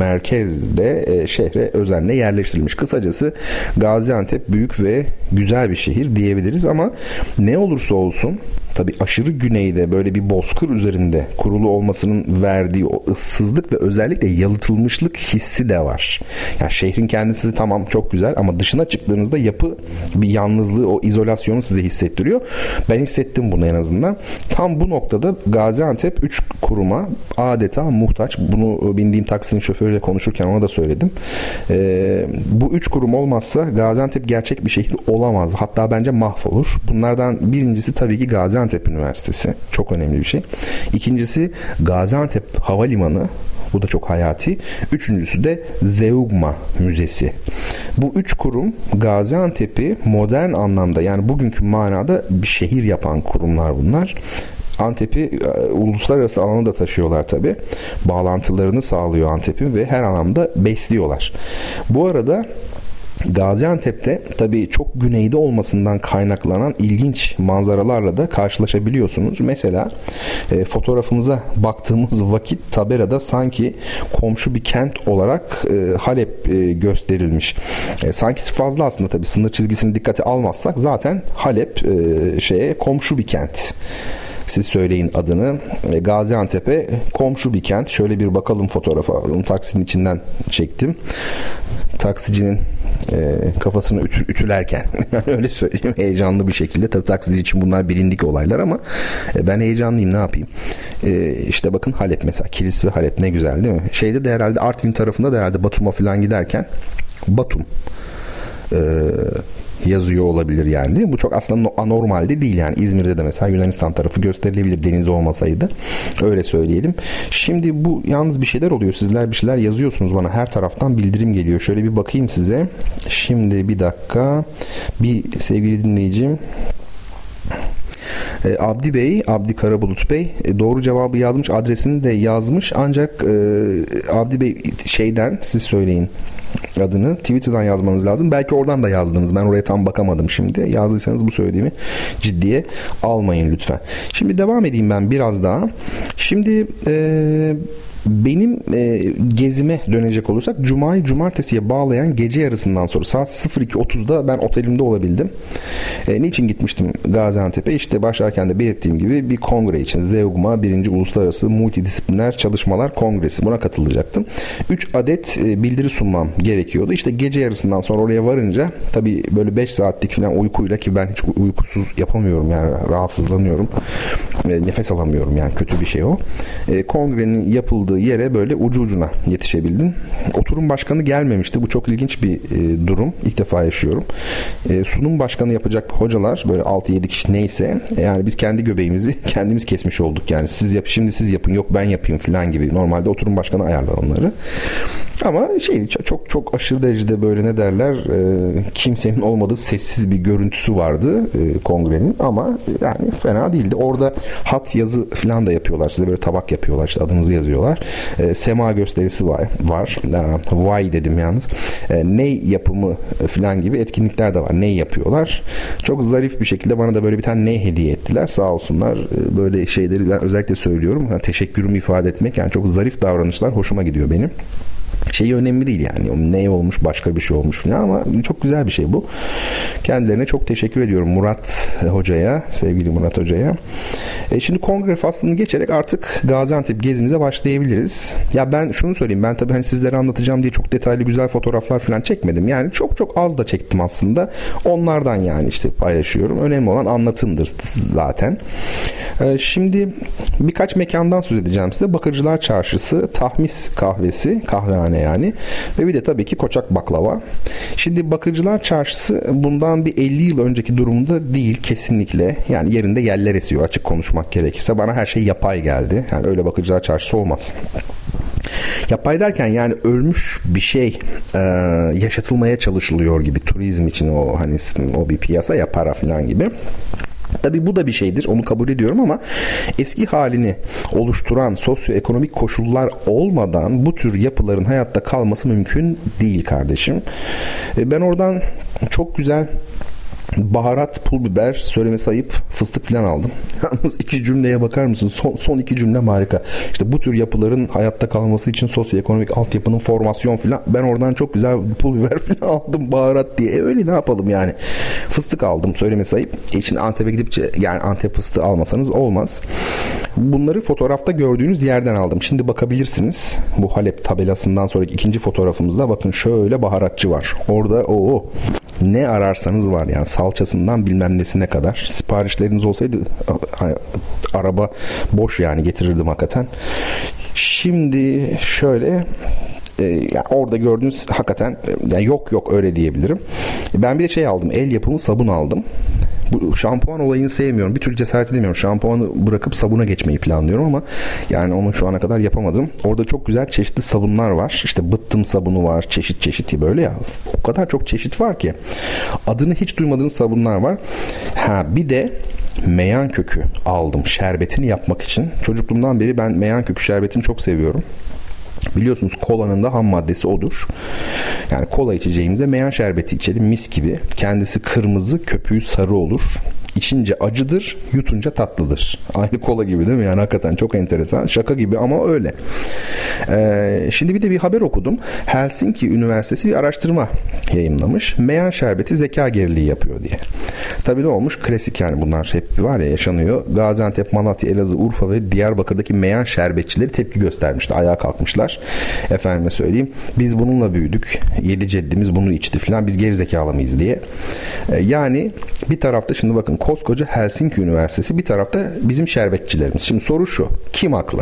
merkezde e, şehre özenle yerleştirilmiş. Kısacası Gaziantep büyük ve güzel bir şehir diyebiliriz ama ne olursa olsun tabii aşırı güneyde böyle bir bozkır üzerinde kurulu olmasının verdiği o ıssızlık ve özellikle yalıtılmışlık hissi de var. Yani şehrin kendisi tamam çok güzel ama dışına çıktığınızda yapı bir yalnızlığı, o izolasyonu size hissettiriyor. Ben hissettim bunu en azından. Tam bu noktada Gaziantep üç kuruma adeta muhtaç. Bunu bindiğim taksinin şoförüyle konuşurken ona da söyledim. Ee, bu üç kurum olmazsa Gaziantep gerçek bir şehir olamaz. Hatta bence mahvolur. Bunlardan birincisi tabii ki Gaziantep Üniversitesi. Çok önemli bir şey. İkincisi Gaziantep Havalimanı. Bu da çok hayati. Üçüncüsü de Zeugma Müzesi. Bu üç kurum Gaziantep'i modern anlamda yani bugünkü manada bir şehir yapan kurumlar bunlar. Antep'i uluslararası alana da taşıyorlar tabii. Bağlantılarını sağlıyor Antep'in ve her anlamda besliyorlar. Bu arada Gaziantep'te tabii çok güneyde olmasından kaynaklanan ilginç manzaralarla da karşılaşabiliyorsunuz. Mesela e, fotoğrafımıza baktığımız vakit tabelada sanki komşu bir kent olarak e, Halep e, gösterilmiş. E, sankisi fazla aslında tabii sınır çizgisini dikkate almazsak zaten Halep e, şeye komşu bir kent. Siz söyleyin adını. Gaziantep'e komşu bir kent. Şöyle bir bakalım fotoğrafa. Onu taksinin içinden çektim. Taksicinin e, kafasını ütü, ütülerken öyle söyleyeyim heyecanlı bir şekilde. Tabii taksici için bunlar bilindik olaylar ama e, ben heyecanlıyım, ne yapayım. E, işte bakın Halep mesela. Kilis ve Halep ne güzel değil mi? Şeyde de herhalde Artvin tarafında da herhalde Batum'a falan giderken Batum eee yazıyor olabilir yani. Bu çok aslında anormal de değil yani. İzmir'de de mesela Yunanistan tarafı gösterilebilir deniz olmasaydı. Öyle söyleyelim. Şimdi bu yalnız bir şeyler oluyor. Sizler bir şeyler yazıyorsunuz bana. Her taraftan bildirim geliyor. Şöyle bir bakayım size. Şimdi bir dakika. Bir sevgili dinleyicim E, Abdi Bey, Abdi Karabulut Bey e, doğru cevabı yazmış, adresini de yazmış ancak e, Abdi Bey şeyden siz söyleyin adını, Twitter'dan yazmanız lazım. Belki oradan da yazdınız. Ben oraya tam bakamadım şimdi. Yazdıysanız bu söylediğimi ciddiye almayın lütfen. Şimdi devam edeyim ben biraz daha. Şimdi eee benim e, gezime dönecek olursak Cuma'yı Cumartesi'ye bağlayan gece yarısından sonra saat sıfır iki otuzda ben otelimde olabildim. E, niçin gitmiştim Gaziantep'e? İşte başlarken de belirttiğim gibi bir kongre için Zeugma birinci Uluslararası Multidisipliner Çalışmalar Kongresi, buna katılacaktım. üç adet e, bildiri sunmam gerekiyordu. İşte gece yarısından sonra oraya varınca tabii böyle beş saatlik falan uykuyla, ki ben hiç uykusuz yapamıyorum yani, rahatsızlanıyorum. E, nefes alamıyorum yani, kötü bir şey o. E, kongrenin yapıldığı yere böyle ucu ucuna yetişebildim. Oturum başkanı gelmemişti. Bu çok ilginç bir e, durum. İlk defa yaşıyorum. E, sunum başkanı yapacak hocalar böyle altı yedi kişi neyse, yani biz kendi göbeğimizi kendimiz kesmiş olduk yani. Siz yap, şimdi siz yapın, yok ben yapayım falan gibi. Normalde oturum başkanı ayarlar onları. Ama şey çok çok aşırı derecede böyle ne derler e, kimsenin olmadığı sessiz bir görüntüsü vardı e, kongrenin, ama yani fena değildi. Orada hat yazı falan da yapıyorlar. Size böyle tabak yapıyorlar. İşte adınızı yazıyorlar. E, sema gösterisi var. var. E, vay dedim yalnız. E, ney yapımı falan gibi etkinlikler de var. Ney yapıyorlar. Çok zarif bir şekilde bana da böyle bir tane ney hediye ettiler. Sağ olsunlar. E, böyle şeyleri ben özellikle söylüyorum. Yani teşekkürümü ifade etmek, yani çok zarif davranışlar hoşuma gidiyor benim. Şeyi önemli değil yani. Ne olmuş, başka bir şey olmuş falan, ama çok güzel bir şey bu. Kendilerine çok teşekkür ediyorum. Murat Hoca'ya, sevgili Murat Hoca'ya. E şimdi kongre faslını geçerek artık Gaziantep gezimize başlayabiliriz. Ya ben şunu söyleyeyim. Ben tabii hani sizlere anlatacağım diye çok detaylı güzel fotoğraflar falan çekmedim. Yani çok çok az da çektim aslında. Onlardan yani işte paylaşıyorum. Önemli olan anlatımdır zaten. E şimdi birkaç mekandan söz edeceğim size. Bakırcılar Çarşısı, Tahmis Kahvesi, kahvehane yani. Ve bir de tabii ki Koçak Baklava. Şimdi Bakırcılar Çarşısı bundan bir elli yıl önceki durumda değil kesinlikle. Yani yerinde yeller esiyor, açık konuşmak gerekirse. Bana her şey yapay geldi. Yani öyle Bakırcılar Çarşısı olmaz. Yapay derken yani ölmüş bir şey e, yaşatılmaya çalışılıyor gibi, turizm için o hani o bir piyasa ya, para falan gibi. Tabii bu da bir şeydir, onu kabul ediyorum ama eski halini oluşturan sosyoekonomik koşullar olmadan bu tür yapıların hayatta kalması mümkün değil kardeşim. Ben oradan çok güzel baharat, pul biber, söylemesi ayıp, fıstık falan aldım. Yalnız iki cümleye bakar mısın? Son, son iki cümle harika. İşte bu tür yapıların hayatta kalması için sosyoekonomik altyapının formasyon falan. Ben oradan çok güzel pul biber falan aldım, baharat diye. E öyle ne yapalım yani. Fıstık aldım, söylemesi ayıp. E şimdi Antep'e gidip yani Antep fıstığı almasanız olmaz. Bunları fotoğrafta gördüğünüz yerden aldım. Şimdi bakabilirsiniz. Bu Halep tabelasından sonraki ikinci fotoğrafımızda bakın şöyle baharatçı var. Orada o ne ararsanız var yani, salçasından bilmem nesine kadar. Siparişleriniz olsaydı araba boş yani, getirirdim hakikaten. Şimdi şöyle e, yani orada gördüğünüz hakikaten yani yok yok öyle diyebilirim. Ben bir de şey aldım, el yapımı sabun aldım. Bu şampuan olayını sevmiyorum. Bir türlü cesaret edemiyorum. Şampuanı bırakıp sabuna geçmeyi planlıyorum ama yani onu şu ana kadar yapamadım. Orada çok güzel çeşitli sabunlar var. İşte bıttım sabunu var. Çeşit çeşit böyle ya. O kadar çok çeşit var ki. Adını hiç duymadığınız sabunlar var. Ha bir de meyan kökü aldım şerbetini yapmak için. Çocukluğumdan beri ben meyan kökü şerbetini çok seviyorum. Biliyorsunuz kolanın da ham maddesi odur. Yani kola içeceğimize meyan şerbeti içelim mis gibi. Kendisi kırmızı, köpüğü sarı olur. İçince acıdır, yutunca tatlıdır. Aynı kola gibi değil mi? Yani hakikaten çok enteresan. Şaka gibi ama öyle. Ee, şimdi bir de bir haber okudum. Helsinki Üniversitesi bir araştırma yayımlamış. Meyan şerbeti zeka geriliği yapıyor diye. Tabii ne olmuş? Klasik yani bunlar hep var ya, yaşanıyor. Gaziantep, Malatya, Elazığ, Urfa ve Diyarbakır'daki meyan şerbetçileri tepki göstermişti. Ayağa kalkmışlar. Efendime söyleyeyim. Biz bununla büyüdük. Yedi ceddimiz bunu içti falan. Biz gerizekalı mıyız diye. Ee, yani bir tarafta şimdi bakın koskoca Helsinki Üniversitesi, bir tarafta bizim şerbetçilerimiz. Şimdi soru şu. Kim haklı?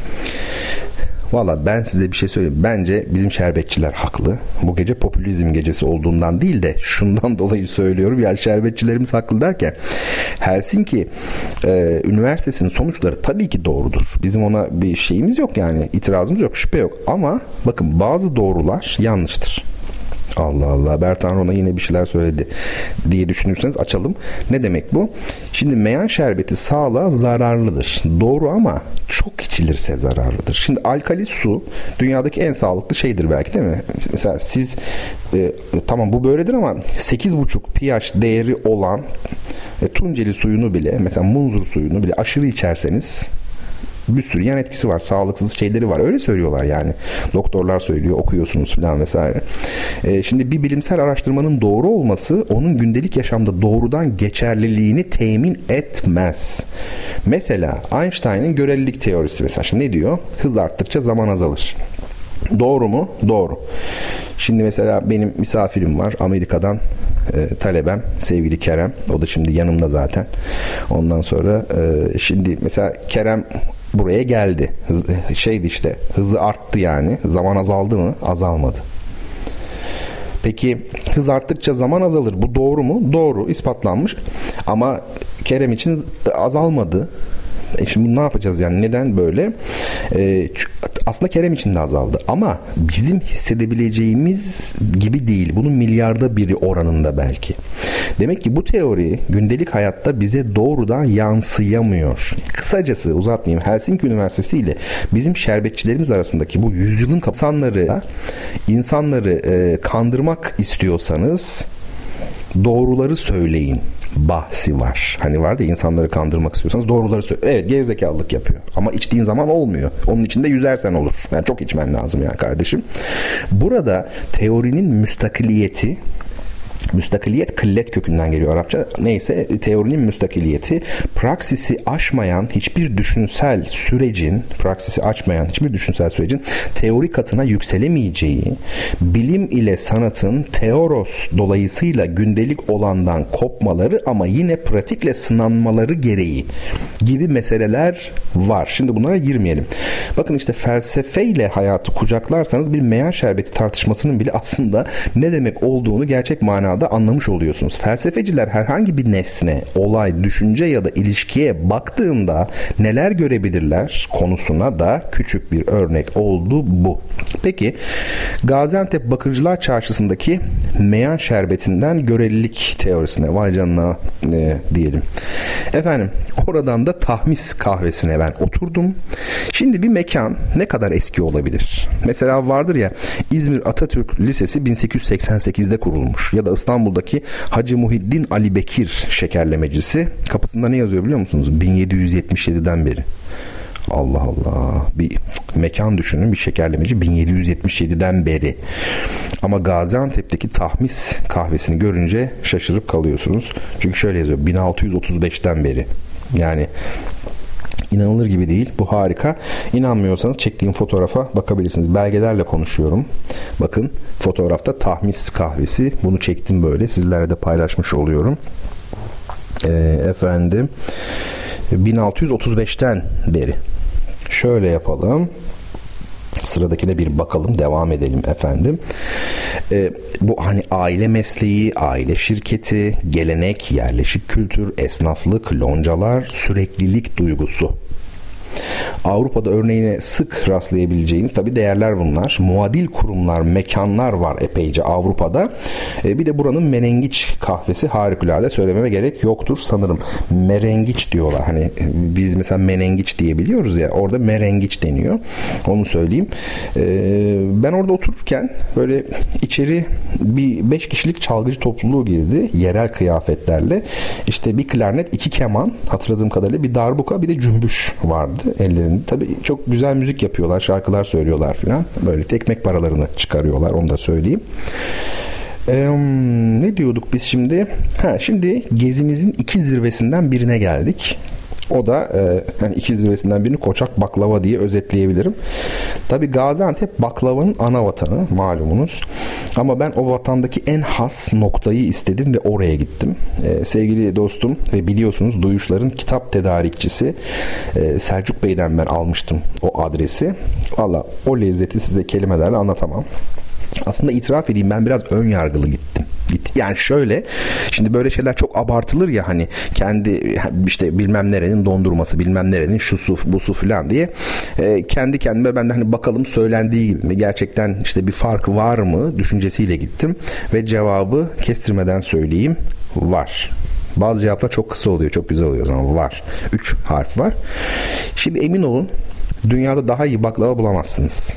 Valla ben size bir şey söyleyeyim. Bence bizim şerbetçiler haklı. Bu gece popülizm gecesi olduğundan değil de şundan dolayı söylüyorum. Yani şerbetçilerimiz haklı derken Helsinki e, Üniversitesi'nin sonuçları tabii ki doğrudur. Bizim ona bir şeyimiz yok yani. İtirazımız yok. Şüphe yok. Ama bakın bazı doğrular yanlıştır. Allah Allah, Bertan Rona yine bir şeyler söyledi diye düşünürseniz açalım. Ne demek bu? Şimdi meyan şerbeti sağlığa zararlıdır. Doğru ama çok içilirse zararlıdır. Şimdi alkali su dünyadaki en sağlıklı şeydir belki, değil mi? Mesela siz e, tamam bu böyledir ama sekiz buçuk pH değeri olan e, Tunceli suyunu bile, mesela Munzur suyunu bile aşırı içerseniz bir sürü yan etkisi var. Sağlıksız şeyleri var. Öyle söylüyorlar yani. Doktorlar söylüyor. Okuyorsunuz falan vesaire. Ee, şimdi bir bilimsel araştırmanın doğru olması onun gündelik yaşamda doğrudan geçerliliğini temin etmez. Mesela Einstein'ın görelilik teorisi mesela. Şimdi ne diyor? Hız arttıkça zaman azalır. Doğru mu? Doğru. Şimdi mesela benim misafirim var Amerika'dan, e, talebem sevgili Kerem. O da şimdi yanımda zaten. Ondan sonra e, şimdi mesela Kerem buraya geldi. Hız, şeydi işte hızı arttı yani. Zaman azaldı mı? Azalmadı. Peki hız arttıkça zaman azalır. Bu doğru mu? Doğru. İspatlanmış. Ama Kerem için azalmadı. E şimdi ne yapacağız yani? Neden böyle? Ee, aslında Kerem için de azaldı. Ama bizim hissedebileceğimiz gibi değil. Bunun milyarda biri oranında belki. Demek ki bu teori gündelik hayatta bize doğrudan yansıyamıyor. Kısacası uzatmayayım. Helsinki Üniversitesi ile bizim şerbetçilerimiz arasındaki bu yüzyılın insanları, insanları e, kandırmak istiyorsanız doğruları söyleyin bahsi var. Hani vardı ya, insanları kandırmak istiyorsanız doğruları söyle. Evet, gerizekalılık yapıyor. Ama içtiğin zaman olmuyor. Onun içinde yüzersen olur. Yani çok içmen lazım yani kardeşim. Burada teorinin müstakiliyeti, müstakiliyet kıllet kökünden geliyor Arapça. Neyse, teorinin müstakiliyeti praksisi aşmayan hiçbir düşünsel sürecin, praksisi aşmayan hiçbir düşünsel sürecin teori katına yükselemeyeceği, bilim ile sanatın teoros dolayısıyla gündelik olandan kopmaları ama yine pratikle sınanmaları gereği gibi meseleler var. Şimdi bunlara girmeyelim. Bakın işte felsefeyle hayatı kucaklarsanız bir meyan şerbeti tartışmasının bile aslında ne demek olduğunu gerçek manada manada anlamış oluyorsunuz. Felsefeciler herhangi bir nesne, olay, düşünce ya da ilişkiye baktığında neler görebilirler konusuna da küçük bir örnek oldu bu. Peki Gaziantep Bakırcılar Çarşısı'ndaki meyan şerbetinden görelilik teorisine, vay canına e, diyelim. Efendim oradan da Tahmis kahvesine ben oturdum. Şimdi bir mekan ne kadar eski olabilir? Mesela vardır ya, İzmir Atatürk Lisesi bin sekiz yüz seksen sekizde kurulmuş ya da İstanbul'daki Hacı Muhiddin Ali Bekir şekerlemecisi, kapısında ne yazıyor biliyor musunuz? bin yedi yüz yetmiş yediden beri. Allah Allah. Bir mekan düşünün, bir şekerlemeci bin yedi yüz yetmiş yediden beri. Ama Gaziantep'teki Tahmis kahvesini görünce şaşırıp kalıyorsunuz. Çünkü şöyle yazıyor, bin altı yüz otuz beşten beri. Yani İnanılır gibi değil. Bu harika. İnanmıyorsanız çektiğim fotoğrafa bakabilirsiniz. Belgelerle konuşuyorum. Bakın fotoğrafta Tahmis kahvesi. Bunu çektim böyle. Sizlerle de paylaşmış oluyorum. Ee, efendim bin altı yüz otuz beşten beri. Şöyle yapalım. Sıradakine bir bakalım, devam edelim efendim. Ee, bu hani aile mesleği, aile şirketi, gelenek, yerleşik kültür, esnaflık, loncalar, süreklilik duygusu. Avrupa'da örneğine sık rastlayabileceğiniz tabii değerler bunlar. Muadil kurumlar, mekanlar var epeyce Avrupa'da. E, bir de buranın menengiç kahvesi harikulade, söylememe gerek yoktur sanırım. Merengiç diyorlar. Hani biz mesela menengiç diyebiliyoruz ya, orada merengiç deniyor. Onu söyleyeyim. E, ben orada otururken böyle içeri bir beş kişilik çalgıcı topluluğu girdi. Yerel kıyafetlerle. İşte bir klarnet, iki keman, hatırladığım kadarıyla bir darbuka, bir de cümbüş vardı ellerinde. Tabii çok güzel müzik yapıyorlar, şarkılar söylüyorlar filan. Böyle ekmek paralarını çıkarıyorlar, onu da söyleyeyim. Ee, ne diyorduk biz şimdi? Ha, şimdi gezimizin iki zirvesinden birine geldik. O da e, yani iki zirvesinden birini Koçak Baklava diye özetleyebilirim. Tabii Gaziantep baklavanın ana vatanı malumunuz. Ama ben o vatandaki en has noktayı istedim ve oraya gittim. E, sevgili dostum ve biliyorsunuz Duyuşlar'ın kitap tedarikçisi e, Selçuk Bey'den ben almıştım o adresi. Valla o lezzeti size kelimelerle anlatamam. Aslında itiraf edeyim, ben biraz ön yargılı gittim. Yani şöyle, şimdi böyle şeyler çok abartılır ya, hani kendi işte bilmem nerenin dondurması, bilmem nerenin şusu busu falan diye e, kendi kendime ben de hani bakalım söylendiği gibi mi, gerçekten işte bir fark var mı düşüncesiyle gittim ve cevabı kestirmeden söyleyeyim, var. Bazı cevaplar çok kısa oluyor, çok güzel oluyor, ama var. Üç harf var. Şimdi emin olun, dünyada daha iyi baklava bulamazsınız.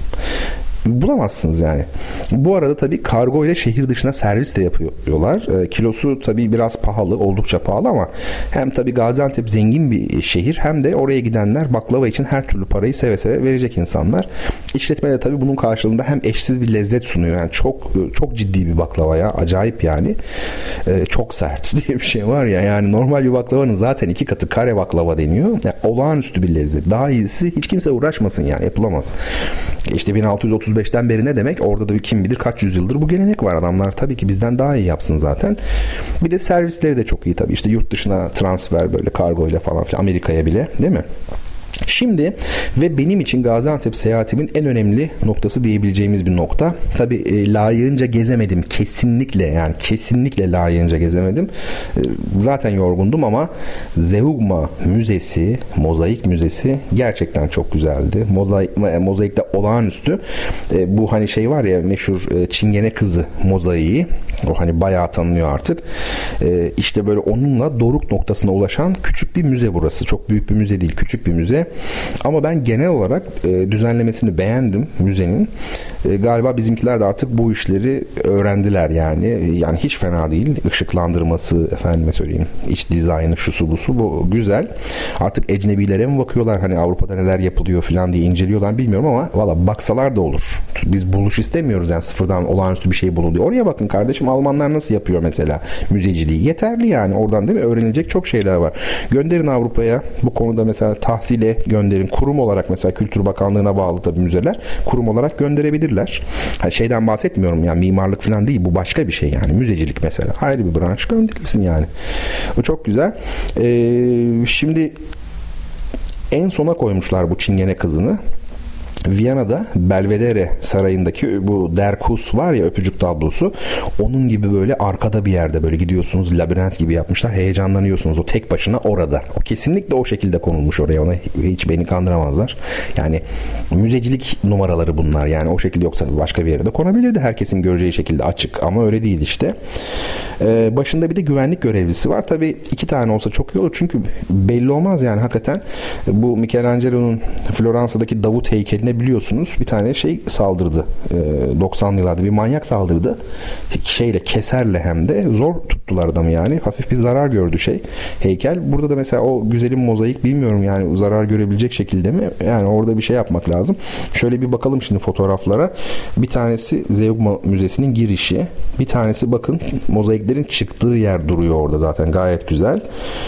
Bulamazsınız yani. Bu arada tabii kargo ile şehir dışına servis de yapıyorlar. E, kilosu tabii biraz pahalı, oldukça pahalı, ama hem tabii Gaziantep zengin bir şehir, hem de oraya gidenler baklava için her türlü parayı seve seve verecek insanlar. İşletme de tabii bunun karşılığında hem eşsiz bir lezzet sunuyor. Yani çok çok ciddi bir baklava ya. Acayip yani. E, çok sert diye bir şey var ya. Yani normal bir baklavanın zaten iki katı kare baklava deniyor. Yani olağanüstü bir lezzet. Daha iyisi hiç kimse uğraşmasın yani. Yapılamaz. İşte bin altı yüz otuz beşten beri ne demek? Orada da bir kim bilir kaç yüzyıldır bu gelenek var. Adamlar tabii ki bizden daha iyi yapsın zaten. Bir de servisleri de çok iyi tabii. İşte yurt dışına transfer, böyle kargo ile falan filan, Amerika'ya bile, değil mi? Şimdi ve benim için Gaziantep seyahatimin en önemli noktası diyebileceğimiz bir nokta. Tabii e, layığınca gezemedim. Kesinlikle, yani kesinlikle layığınca gezemedim. E, zaten yorgundum ama Zeugma Müzesi, Mozaik Müzesi gerçekten çok güzeldi. Mozaik, mozaikte olağanüstü. E, bu hani şey var ya, meşhur e, Çingene Kızı mozaiği. O hani bayağı tanınıyor artık. E, işte böyle onunla doruk noktasına ulaşan küçük bir müze burası. Çok büyük bir müze değil, küçük bir müze. Ama ben genel olarak e, düzenlemesini beğendim müzenin. E, galiba bizimkiler de artık bu işleri öğrendiler yani. Yani hiç fena değil. Işıklandırması, efendime söyleyeyim, iç dizaynı, şusu busu, bu güzel. Artık ecnebilere mi bakıyorlar, hani Avrupa'da neler yapılıyor falan diye inceliyorlar, bilmiyorum, ama valla baksalar da olur. Biz buluş istemiyoruz yani, sıfırdan olağanüstü bir şey bulundu. Oraya bakın kardeşim, Almanlar nasıl yapıyor mesela müzeciliği. Yeterli yani, oradan değil mi? Öğrenilecek çok şeyler var. Gönderin Avrupa'ya. Bu konuda mesela tahsile gönderin. Kurum olarak mesela Kültür Bakanlığı'na bağlı tabii müzeler. Kurum olarak gönderebilirler. Ha, şeyden bahsetmiyorum yani, mimarlık falan değil. Bu başka bir şey yani. Müzecilik mesela. Ayrı bir branş, gönderilsin yani. Bu çok güzel. Ee, şimdi en sona koymuşlar bu Çingene Kızı'nı. Viyana'da Belvedere Sarayı'ndaki bu Der Kuss var ya, öpücük tablosu, onun gibi böyle arkada bir yerde böyle gidiyorsunuz, labirent gibi yapmışlar, heyecanlanıyorsunuz o tek başına orada. O kesinlikle o şekilde konulmuş oraya, ona hiç beni kandıramazlar. Yani müzecilik numaraları bunlar yani, o şekilde, yoksa başka bir yere de konabilirdi herkesin göreceği şekilde açık, ama öyle değil işte. Ee, başında bir de güvenlik görevlisi var. Tabii iki tane olsa çok iyi olur çünkü belli olmaz yani hakikaten. Bu Michelangelo'nun Floransa'daki Davut heykeline biliyorsunuz bir tane şey saldırdı. Ee, doksanlı yıllarda bir manyak saldırdı. Şeyle, keserle, hem de zor tuttular adamı yani. Hafif bir zarar gördü şey heykel. Burada da mesela o güzelim mozaik, bilmiyorum yani zarar görebilecek şekilde mi? Yani orada bir şey yapmak lazım. Şöyle bir bakalım şimdi fotoğraflara. Bir tanesi Zeugma Müzesi'nin girişi. Bir tanesi bakın mozaiklerin çıktığı yer duruyor orada zaten. Gayet güzel.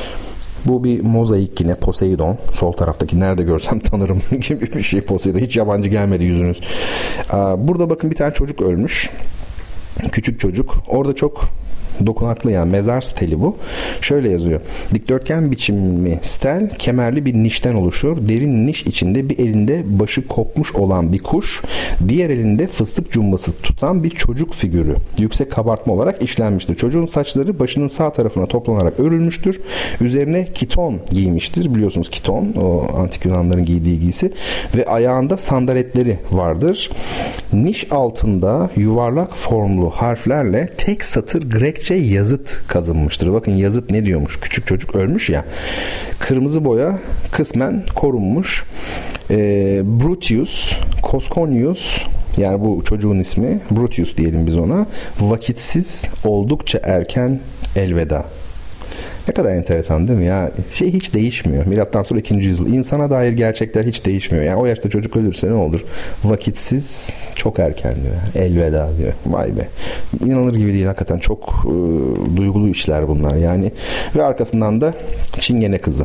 Bu bir mozaik yine, Poseidon. Sol taraftaki, nerede görsem tanırım gibi bir şey Poseidon. Hiç yabancı gelmedi yüzünüz. Burada bakın bir tane çocuk ölmüş. Küçük çocuk. Orada çok dokunaklı yani, mezar steli bu. Şöyle yazıyor. Dikdörtgen biçimli stel kemerli bir nişten oluşur. Derin niş içinde bir elinde başı kopmuş olan bir kuş, diğer elinde fıstık cumbası tutan bir çocuk figürü yüksek kabartma olarak işlenmiştir. Çocuğun saçları başının sağ tarafına toplanarak örülmüştür. Üzerine kiton giymiştir. Biliyorsunuz kiton, o antik Yunanların giydiği giysi, ve ayağında sandaletleri vardır. Niş altında yuvarlak formlu harflerle tek satır Grekçe yazıt kazınmıştır. Bakın yazıt ne diyormuş? Küçük çocuk ölmüş ya. Kırmızı boya kısmen korunmuş. E, Brutius, Cosconius, yani bu çocuğun ismi, Brutius diyelim biz ona. Vakitsiz, oldukça erken elveda. Ne kadar enteresan değil mi ya? Şey hiç değişmiyor. Milattan sonra ikinci yüzyıl. İnsana dair gerçekler hiç değişmiyor. Yani o yaşta çocuk ölürse ne olur? Vakitsiz, çok erken diyor. Elveda diyor. Vay be. İnanılır gibi değil hakikaten. Çok e, duygulu işler bunlar yani. Ve arkasından da Çingene kızı.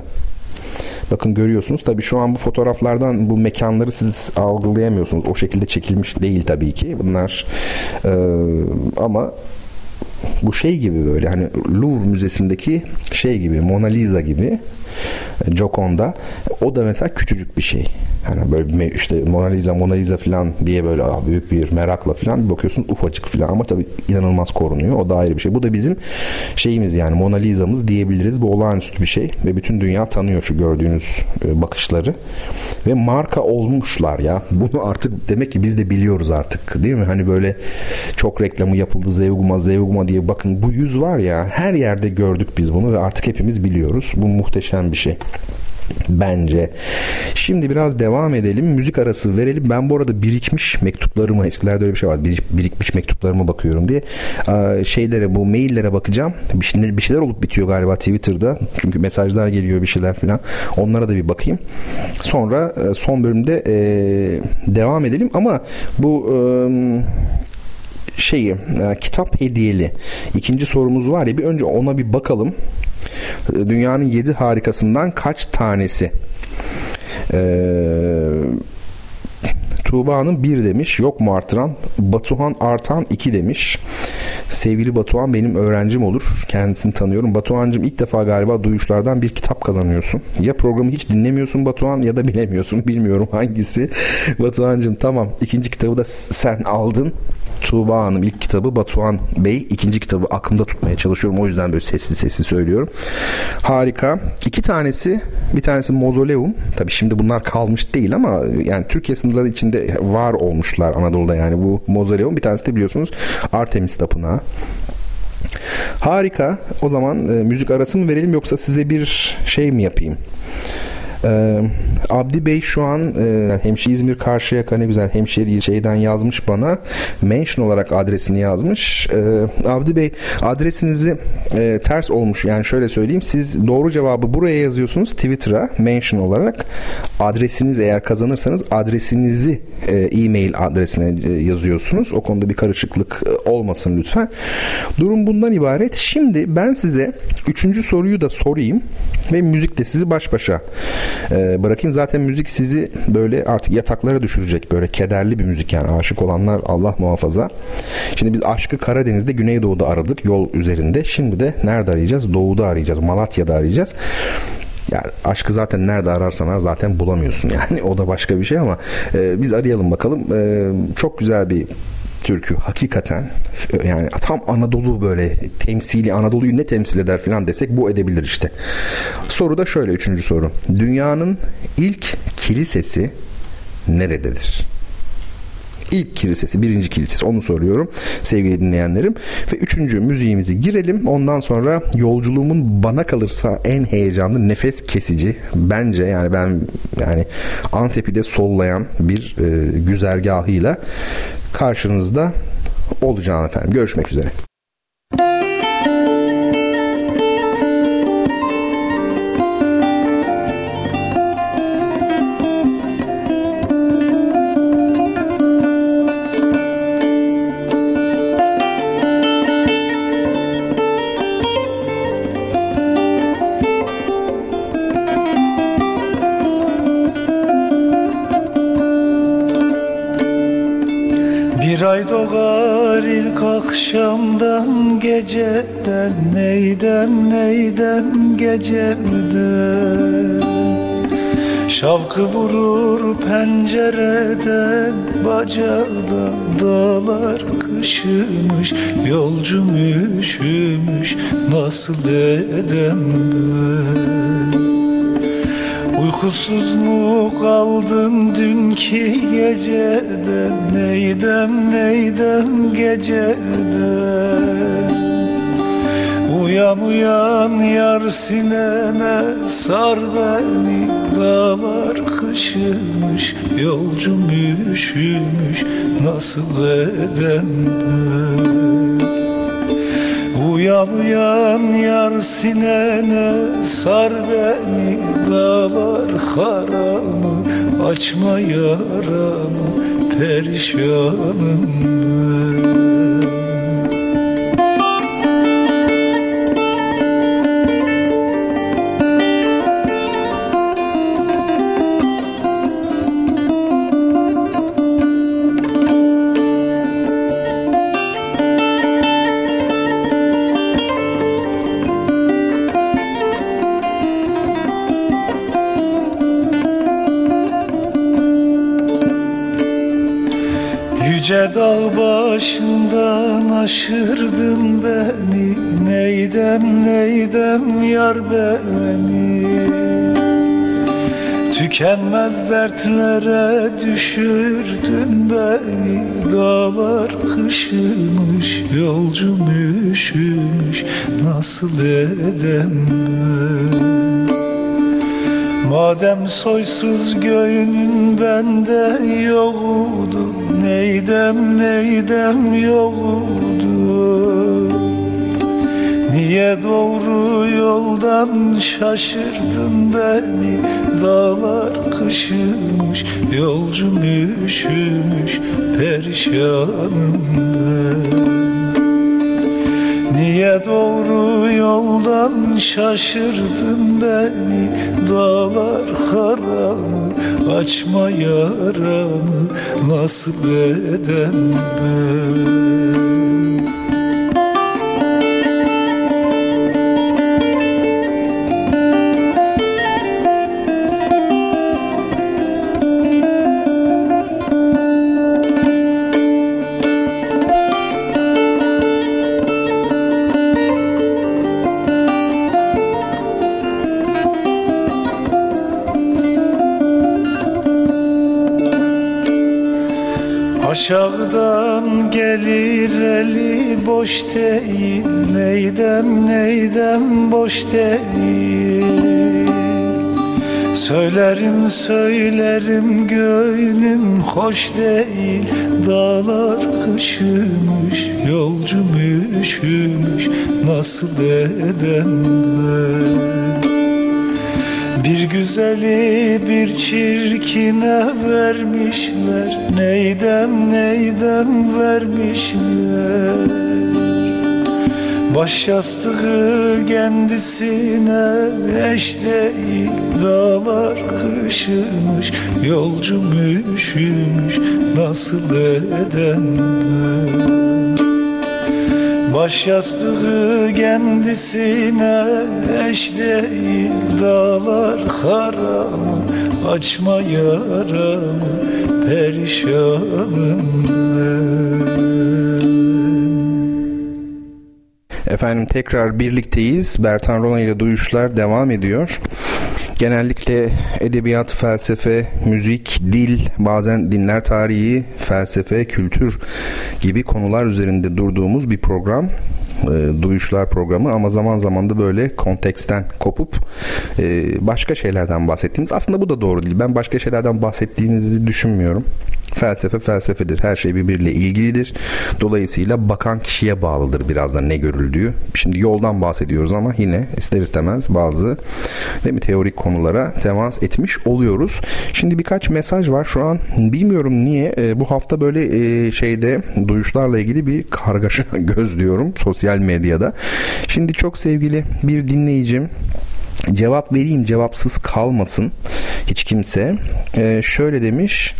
Bakın görüyorsunuz. Tabii şu an bu fotoğraflardan bu mekanları siz algılayamıyorsunuz. O şekilde çekilmiş değil tabii ki. Bunlar e, ama bu şey gibi böyle hani Louvre Müzesi'ndeki şey gibi, Mona Lisa gibi, Gioconda, o da mesela küçücük bir şey. Hani böyle işte Mona Lisa, Mona Lisa falan diye böyle büyük bir merakla falan bir bakıyorsun, ufacık falan, ama tabii inanılmaz korunuyor. O da ayrı bir şey. Bu da bizim şeyimiz yani, Mona Lisa'mız diyebiliriz. Bu olağanüstü bir şey ve bütün dünya tanıyor şu gördüğünüz bakışları. Ve marka olmuşlar ya. Bunu artık demek ki biz de biliyoruz artık, değil mi? Hani böyle çok reklamı yapıldı, Zeugma, Zeugma diye. Bakın bu yüz var ya, her yerde gördük biz bunu ve artık hepimiz biliyoruz. Bu muhteşem bir şey. Bence. Şimdi biraz devam edelim. Müzik arası verelim. Ben bu arada birikmiş mektuplarımı, eskilerde öyle bir şey var. Birik, birikmiş mektuplarıma bakıyorum diye. Ee, şeylere, bu maillere bakacağım. Bir şeyler, bir şeyler olup bitiyor galiba Twitter'da. Çünkü mesajlar geliyor, bir şeyler falan. Onlara da bir bakayım. Sonra son bölümde e, devam edelim. Ama bu e, şeyi, e, kitap hediyeli ikinci sorumuz var ya, bir önce ona bir bakalım. Dünyanın yedi harikasından kaç tanesi? Ee, Tuğba Hanım bir demiş. Yok mu artıran? Batuhan Artan iki demiş. Sevgili Batuhan benim öğrencim olur. Kendisini tanıyorum. Batuhan'cığım ilk defa galiba duyuşlardan bir kitap kazanıyorsun. Ya programı hiç dinlemiyorsun Batuhan, ya da bilemiyorsun. Bilmiyorum hangisi. Batuhan'cığım tamam. İkinci kitabı da sen aldın. Tuğba Hanım ilk kitabı, Batuhan Bey ikinci kitabı. Aklımda tutmaya çalışıyorum. O yüzden böyle sesli sesli söylüyorum. Harika. İki tanesi, bir tanesi Mozoleum. Tabii şimdi bunlar kalmış değil ama yani Türkiye sınırları içinde var olmuşlar Anadolu'da yani bu Mozoleum. Bir tanesi de biliyorsunuz Artemis Tapınağı. Harika. O zaman e, müzik arası mı verelim yoksa size bir şey mi yapayım? Ee, Abdi Bey şu an e, hemşire İzmir Karşıyaka, ne güzel hemşire şeyden yazmış bana, mention olarak adresini yazmış. Ee, Abdi Bey adresinizi e, ters olmuş, yani şöyle söyleyeyim, siz doğru cevabı buraya yazıyorsunuz Twitter'a mention olarak, adresiniz eğer kazanırsanız adresinizi e, e-mail adresine e, yazıyorsunuz. O konuda bir karışıklık e, olmasın lütfen. Durum bundan ibaret. Şimdi ben size üçüncü soruyu da sorayım ve müzikle sizi baş başa Ee, bırakayım. Zaten müzik sizi böyle artık yataklara düşürecek, böyle kederli bir müzik yani, aşık olanlar Allah muhafaza. Şimdi biz aşkı Karadeniz'de, Güneydoğu'da aradık, yol üzerinde. Şimdi de nerede arayacağız? Doğu'da arayacağız, Malatya'da arayacağız. Ya aşkı zaten nerede ararsan ar zaten bulamıyorsun yani o da başka bir şey ama e, biz arayalım bakalım. E, çok güzel bir türkü hakikaten, yani tam Anadolu, böyle temsili, Anadolu'yu ne temsil eder filan desek bu edebilir işte. Soru da şöyle, üçüncü soru. Dünyanın ilk kilisesi nerededir? İlk kilisesi, birinci kilisesi, onu soruyorum sevgili dinleyenlerim. Ve üçüncü müziğimizi girelim. Ondan sonra yolculuğumun bana kalırsa en heyecanlı, nefes kesici, bence yani ben yani Antep'i de sollayan bir e, güzergahıyla karşınızda olacağım efendim. Görüşmek üzere. Bir ay doğar ilk akşamdan, geceden neydem neydem gecemden. Şavkı vurur pencereden, bacadan dağlar kışımış, yolcum üşümüş, nasıl edem ben? Uykusuz mu kaldın dünkü geceden, neydem neydem geceden. Uyan uyan yar sinene, sar beni, dağlar kışımış, yolcum üşümüş, nasıl edem ben? Uyan uyan yar sinene, sar beni, dağlar haramı, açma yaramı, perişanım ben. Yüce dağ başından aşırdın beni, neydem neydem yar beni. Tükenmez dertlere düşürdün beni, dağlar kışımış, yolcum üşümüş, nasıl edem ben? Madem soysuz göğünün bende yoktu, neydem neydem yoktu. Niye doğru yoldan şaşırdın beni, dağlar kışımış, yolcum üşümüş, perişanım ben. Niye doğru yoldan şaşırdın beni, dağlar haramı, açma yaramı, nasıl edem ben? Aşağıdan gelir eli boş değil, neydem neydem boş değil. Söylerim söylerim gönlüm hoş değil, dağlar kışımış, yolcum üşümüş, nasıl edem ben? Bir güzeli bir çirkine vermişler, neydem neydem vermişler. Baş yastığı kendisine eş değil, dağlar kışımış, yolcum üşümüş, nasıl edem ben? Baş yastığı kendisine eş değil. Dağlar karamı, açma yaramı, perişanım ben. Efendim tekrar birlikteyiz. Bertan Rona ile Duyuşlar devam ediyor. Genellikle edebiyat, felsefe, müzik, dil, bazen dinler tarihi, felsefe, kültür gibi konular üzerinde durduğumuz bir program. E, Duyuşlar programı ama zaman zaman da böyle konteksten kopup e, başka şeylerden bahsettiğimiz, aslında bu da doğru değil. Ben başka şeylerden bahsettiğimizi düşünmüyorum. Felsefe felsefedir. Her şey birbiriyle ilgilidir. Dolayısıyla bakan kişiye bağlıdır biraz da ne görüldüğü. Şimdi yoldan bahsediyoruz ama yine ister istemez bazı değil mi, teorik konulara temas etmiş oluyoruz. Şimdi birkaç mesaj var. Şu an bilmiyorum niye e, bu hafta böyle e, şeyde duyuşlarla ilgili bir kargaşa gözlüyorum sosyal medyada. Şimdi çok sevgili bir dinleyicim, cevap vereyim, cevapsız kalmasın hiç kimse. E, şöyle demiş.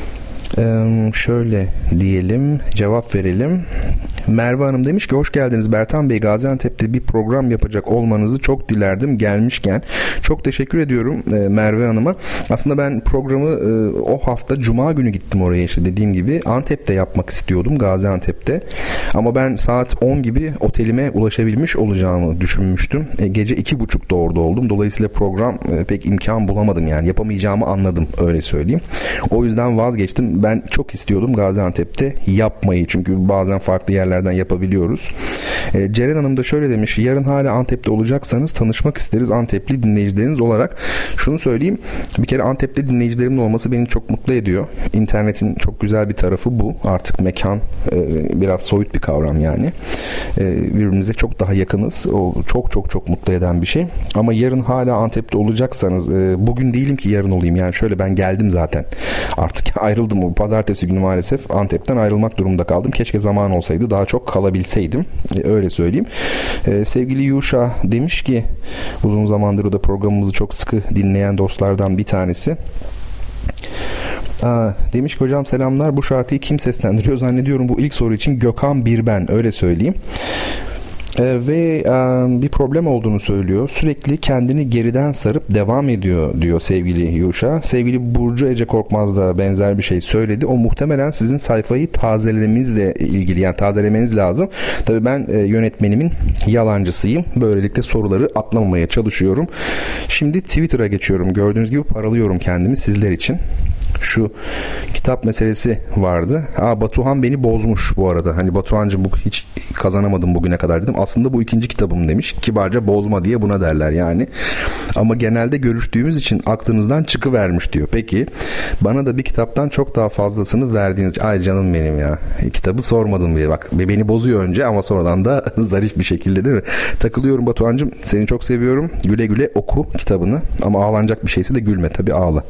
Ee, şöyle diyelim, cevap verelim. Merve Hanım demiş ki hoş geldiniz Bertan Bey, Gaziantep'te bir program yapacak olmanızı çok dilerdim gelmişken. Çok teşekkür ediyorum e, Merve Hanım'a. Aslında ben programı e, o hafta Cuma günü gittim oraya, işte dediğim gibi Antep'te yapmak istiyordum, Gaziantep'te. Ama ben saat on gibi otelime ulaşabilmiş olacağımı düşünmüştüm. E, gece iki buçukta orada oldum. Dolayısıyla program e, pek imkan bulamadım, yani yapamayacağımı anladım, öyle söyleyeyim. O yüzden vazgeçtim. Ben çok istiyordum Gaziantep'te yapmayı, çünkü bazen farklı yerlerden yapabiliyoruz. E, Ceren Hanım da şöyle demiş, yarın hala Antep'te olacaksanız tanışmak isteriz Antepli dinleyicileriniz olarak. Şunu söyleyeyim, bir kere Antep'te dinleyicilerimin olması beni çok mutlu ediyor. İnternetin çok güzel bir tarafı bu. Artık mekan e, biraz soyut bir kavram yani. E, birbirimize çok daha yakınız. O çok çok çok mutlu eden bir şey. Ama yarın hala Antep'te olacaksanız, e, bugün değilim ki yarın olayım. Yani şöyle, ben geldim zaten. Artık ayrıldım. O pazartesi günü maalesef Antep'ten ayrılmak durumunda kaldım. Keşke zaman olsaydı daha çok kalabilseydim. E, öyle söyleyeyim. E, sevgili Yuşa demiş ki, uzun zamandır o da programımızı çok sıkı dinleyen dostlardan bir tanesi. Aa, demiş ki hocam selamlar, bu şarkıyı kim seslendiriyor? Zannediyorum bu ilk soru için Gökhan Birben, öyle söyleyeyim. Ee, ve e, bir problem olduğunu söylüyor. Sürekli kendini geriden sarıp devam ediyor diyor sevgili Yuşa. Sevgili Burcu Ece Korkmaz da benzer bir şey söyledi. O muhtemelen sizin sayfayı tazelemenizle ilgili, yani tazelemeniz lazım. Tabii ben e, yönetmenimin yalancısıyım. Böylelikle soruları atlamamaya çalışıyorum. Şimdi Twitter'a geçiyorum. Gördüğünüz gibi paralıyorum kendimi sizler için. Şu kitap meselesi vardı. Aa, Batuhan beni bozmuş bu arada. Hani Batuhan'cığım bu hiç kazanamadım bugüne kadar dedim. Aslında bu ikinci kitabım demiş. Kibarca bozma diye buna derler yani. Ama genelde görüştüğümüz için aklınızdan çıkıvermiş diyor. Peki bana da bir kitaptan çok daha fazlasını verdiğiniz için, ay canım benim ya. E, kitabı sormadım bile. Bak beni bozuyor önce ama sonradan da zarif bir şekilde, değil mi? Takılıyorum Batuhan'cığım. Seni çok seviyorum. Güle güle oku kitabını. Ama ağlanacak bir şeyse de gülme. Tabii ağla.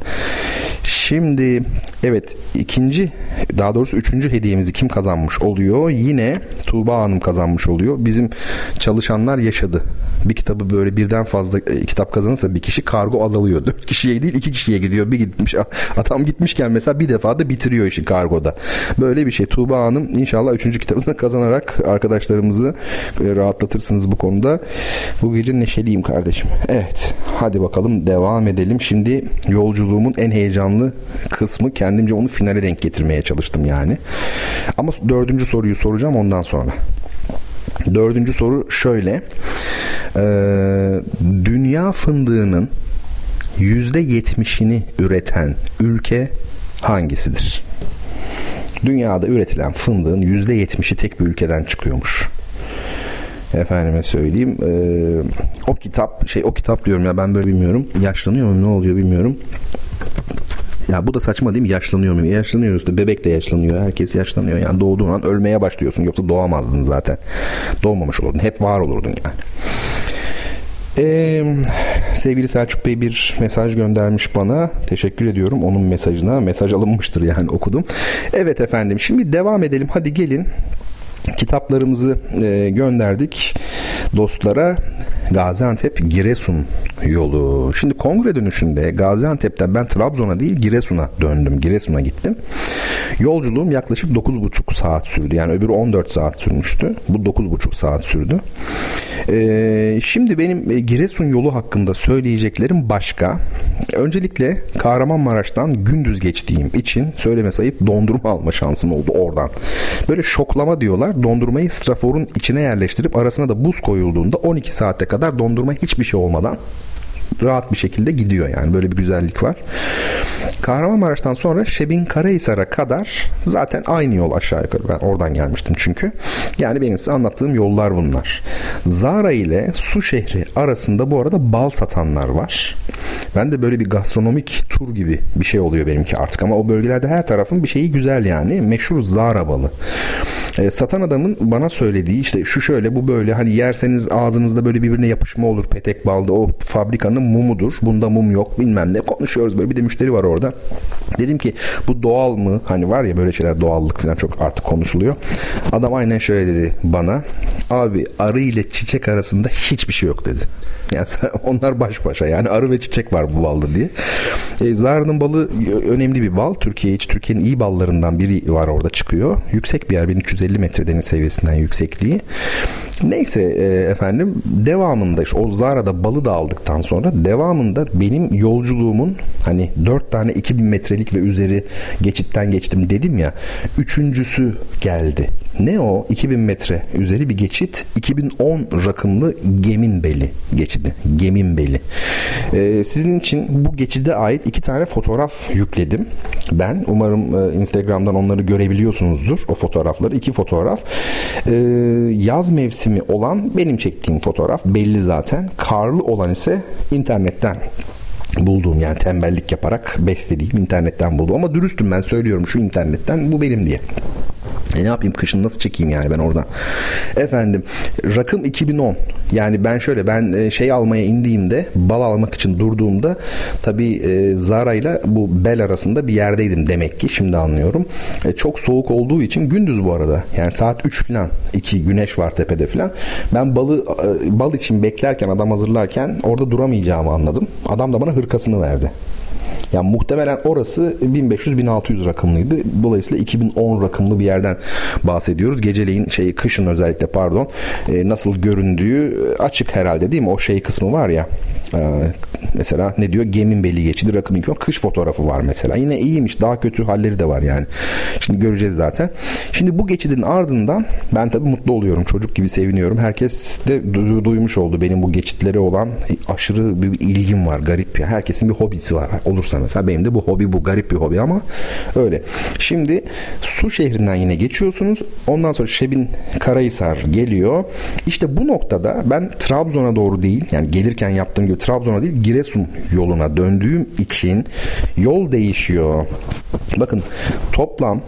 Şimdi evet, ikinci, daha doğrusu üçüncü hediyemizi kim kazanmış oluyor? Yine Tuğba Hanım kazanmış oluyor. Bizim çalışanlar yaşadı. Bir kitabı böyle birden fazla e, kitap kazanırsa bir kişi, kargo azalıyor. Dört kişiye değil iki kişiye gidiyor. Bir gitmiş, adam gitmişken mesela bir defa da bitiriyor işi kargoda. Böyle bir şey. Tuğba Hanım inşallah üçüncü kitabını kazanarak arkadaşlarımızı e, rahatlatırsınız bu konuda. Bu gece neşeliyim kardeşim. Evet. Hadi bakalım devam edelim. Şimdi yolculuğumun en heyecanlı kısmı, kendimce onu finale denk getirmeye çalıştım yani. Ama dördüncü soruyu soracağım ondan sonra. Dördüncü soru şöyle. Ee, dünya fındığının yüzde yetmişini üreten ülke hangisidir? Dünyada üretilen fındığın yüzde yetmişi tek bir ülkeden çıkıyormuş. Efendime söyleyeyim. Ee, o kitap, şey o kitap diyorum ya, ben böyle bilmiyorum. Yaşlanıyor mu, ne oluyor bilmiyorum. Ya bu da saçma değil mi? Yaşlanıyor mu? Yaşlanıyoruz da, bebek de yaşlanıyor. Herkes yaşlanıyor. Yani doğduğun an ölmeye başlıyorsun. Yoksa doğamazdın zaten. Doğmamış olurdun. Hep var olurdun yani. Ee, sevgili Selçuk Bey bir mesaj göndermiş bana. Teşekkür ediyorum onun mesajına. Mesaj alınmıştır yani, okudum. Evet efendim, şimdi devam edelim. Hadi gelin. Kitaplarımızı e, gönderdik. dostlara Gaziantep Giresun yolu. Şimdi kongre dönüşünde Gaziantep'ten ben Trabzon'a değil Giresun'a döndüm. Giresun'a gittim. Yolculuğum yaklaşık dokuz buçuk saat sürdü. Yani öbürü on dört saat sürmüştü. Bu dokuz buçuk saat sürdü. Ee, şimdi benim Giresun yolu hakkında söyleyeceklerim başka. Öncelikle Kahramanmaraş'tan gündüz geçtiğim için söyleme sayıp dondurma alma şansım oldu oradan. Böyle şoklama diyorlar. Dondurmayı straforun içine yerleştirip arasına da buz koyulduğunda on iki saate kadar dondurma hiçbir şey olmadan rahat bir şekilde gidiyor yani. Böyle bir güzellik var. Kahramanmaraş'tan sonra Şebinkarahisar'a kadar zaten aynı yol aşağı yukarı. Ben oradan gelmiştim çünkü. Yani benim size anlattığım yollar bunlar. Zara ile Suşehri arasında bu arada bal satanlar var. Ben de böyle bir gastronomik tur gibi bir şey oluyor benimki artık ama o bölgelerde her tarafın bir şeyi güzel yani. Meşhur Zara balı. E, satan adamın bana söylediği işte şu şöyle bu böyle hani yerseniz ağzınızda böyle birbirine yapışma olur petek balda o fabrikanın mumudur. Bunda mum yok bilmem ne konuşuyoruz böyle bir de müşteri var orada. Dedim ki bu doğal mı? Hani var ya böyle şeyler doğallık falan çok artık konuşuluyor. Adam aynen şöyle dedi bana. Abi arı ile çiçek arasında hiçbir şey yok dedi. Yani onlar baş başa yani arı ve çiçek var bu balda diye. E, Zara'nın balı önemli bir bal. Türkiye hiç Türkiye'nin iyi ballarından biri var orada çıkıyor. Yüksek bir yer bin üç yüz elli metre deniz seviyesinden yüksekliği. Neyse e, efendim devamında işte o Zara'da balı da aldıktan sonra devamında benim yolculuğumun hani dört tane iki bin metrelik ve üzeri geçitten geçtim dedim ya üçüncüsü geldi. Ne o? iki bin metre üzeri bir geçit iki bin on rakımlı Geminbeli geçidi. Geminbeli. Ee, sizin için bu geçide ait iki tane fotoğraf yükledim. Ben umarım e, Instagram'dan onları görebiliyorsunuzdur. O fotoğrafları. iki fotoğraf. Ee, yaz mevsimi olan benim çektiğim fotoğraf belli zaten. Karlı olan ise internetten bulduğum yani tembellik yaparak beslediğim internetten buldum. Ama dürüstüm ben söylüyorum şu internetten bu benim diye. E ne yapayım kışın nasıl çekeyim yani ben oradan. Efendim rakım iki bin on yani ben şöyle ben şey almaya indiğimde bal almak için durduğumda tabii e, Zara ile bu Bel arasında bir yerdeydim demek ki şimdi anlıyorum. E, çok soğuk olduğu için gündüz bu arada yani saat üç falan iki güneş var tepede falan. Ben balı e, bal için beklerken adam hazırlarken orada duramayacağımı anladım. Adam da bana hırkasını verdi. Yani muhtemelen orası bin beş yüz bin altı yüz rakımlıydı. Dolayısıyla iki bin on rakımlı bir yerden bahsediyoruz. Geceleyin şey kışın özellikle pardon e, nasıl göründüğü açık herhalde değil mi? O şey kısmı var ya e, mesela ne diyor? Geminbeli geçidi rakım iki bin on kış fotoğrafı var mesela. Yine iyiymiş. Daha kötü halleri de var yani. Şimdi göreceğiz zaten. Şimdi bu geçidin ardından ben tabii mutlu oluyorum. Çocuk gibi seviniyorum. Herkes de du- duymuş oldu. Benim bu geçitlere olan aşırı bir ilgim var. Garip ya. Herkesin bir hobisi var. Olursa mesela benim de bu hobi bu garip bir hobi ama öyle. Şimdi Suşehri'nden yine geçiyorsunuz. Ondan sonra Şebinkarahisar geliyor. İşte bu noktada ben Trabzon'a doğru değil yani gelirken yaptığım gibi Trabzon'a değil Giresun yoluna döndüğüm için yol değişiyor. Bakın toplam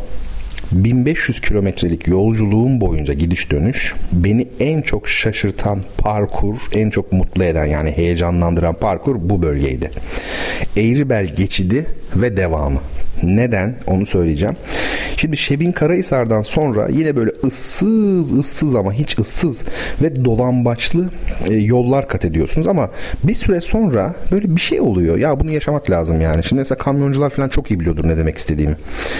bin beş yüz kilometrelik yolculuğum boyunca gidiş dönüş beni en çok şaşırtan parkur, en çok mutlu eden yani heyecanlandıran parkur bu bölgeydi. Eğribel geçidi ve devamı. Neden? Onu söyleyeceğim. Şimdi Şebinkarahisar'dan sonra yine böyle ıssız ıssız ama hiç ıssız ve dolambaçlı e, yollar kat ediyorsunuz ama bir süre sonra böyle bir şey oluyor. Ya bunu yaşamak lazım yani. Şimdi mesela kamyoncular falan çok iyi biliyordur ne demek istediğimi.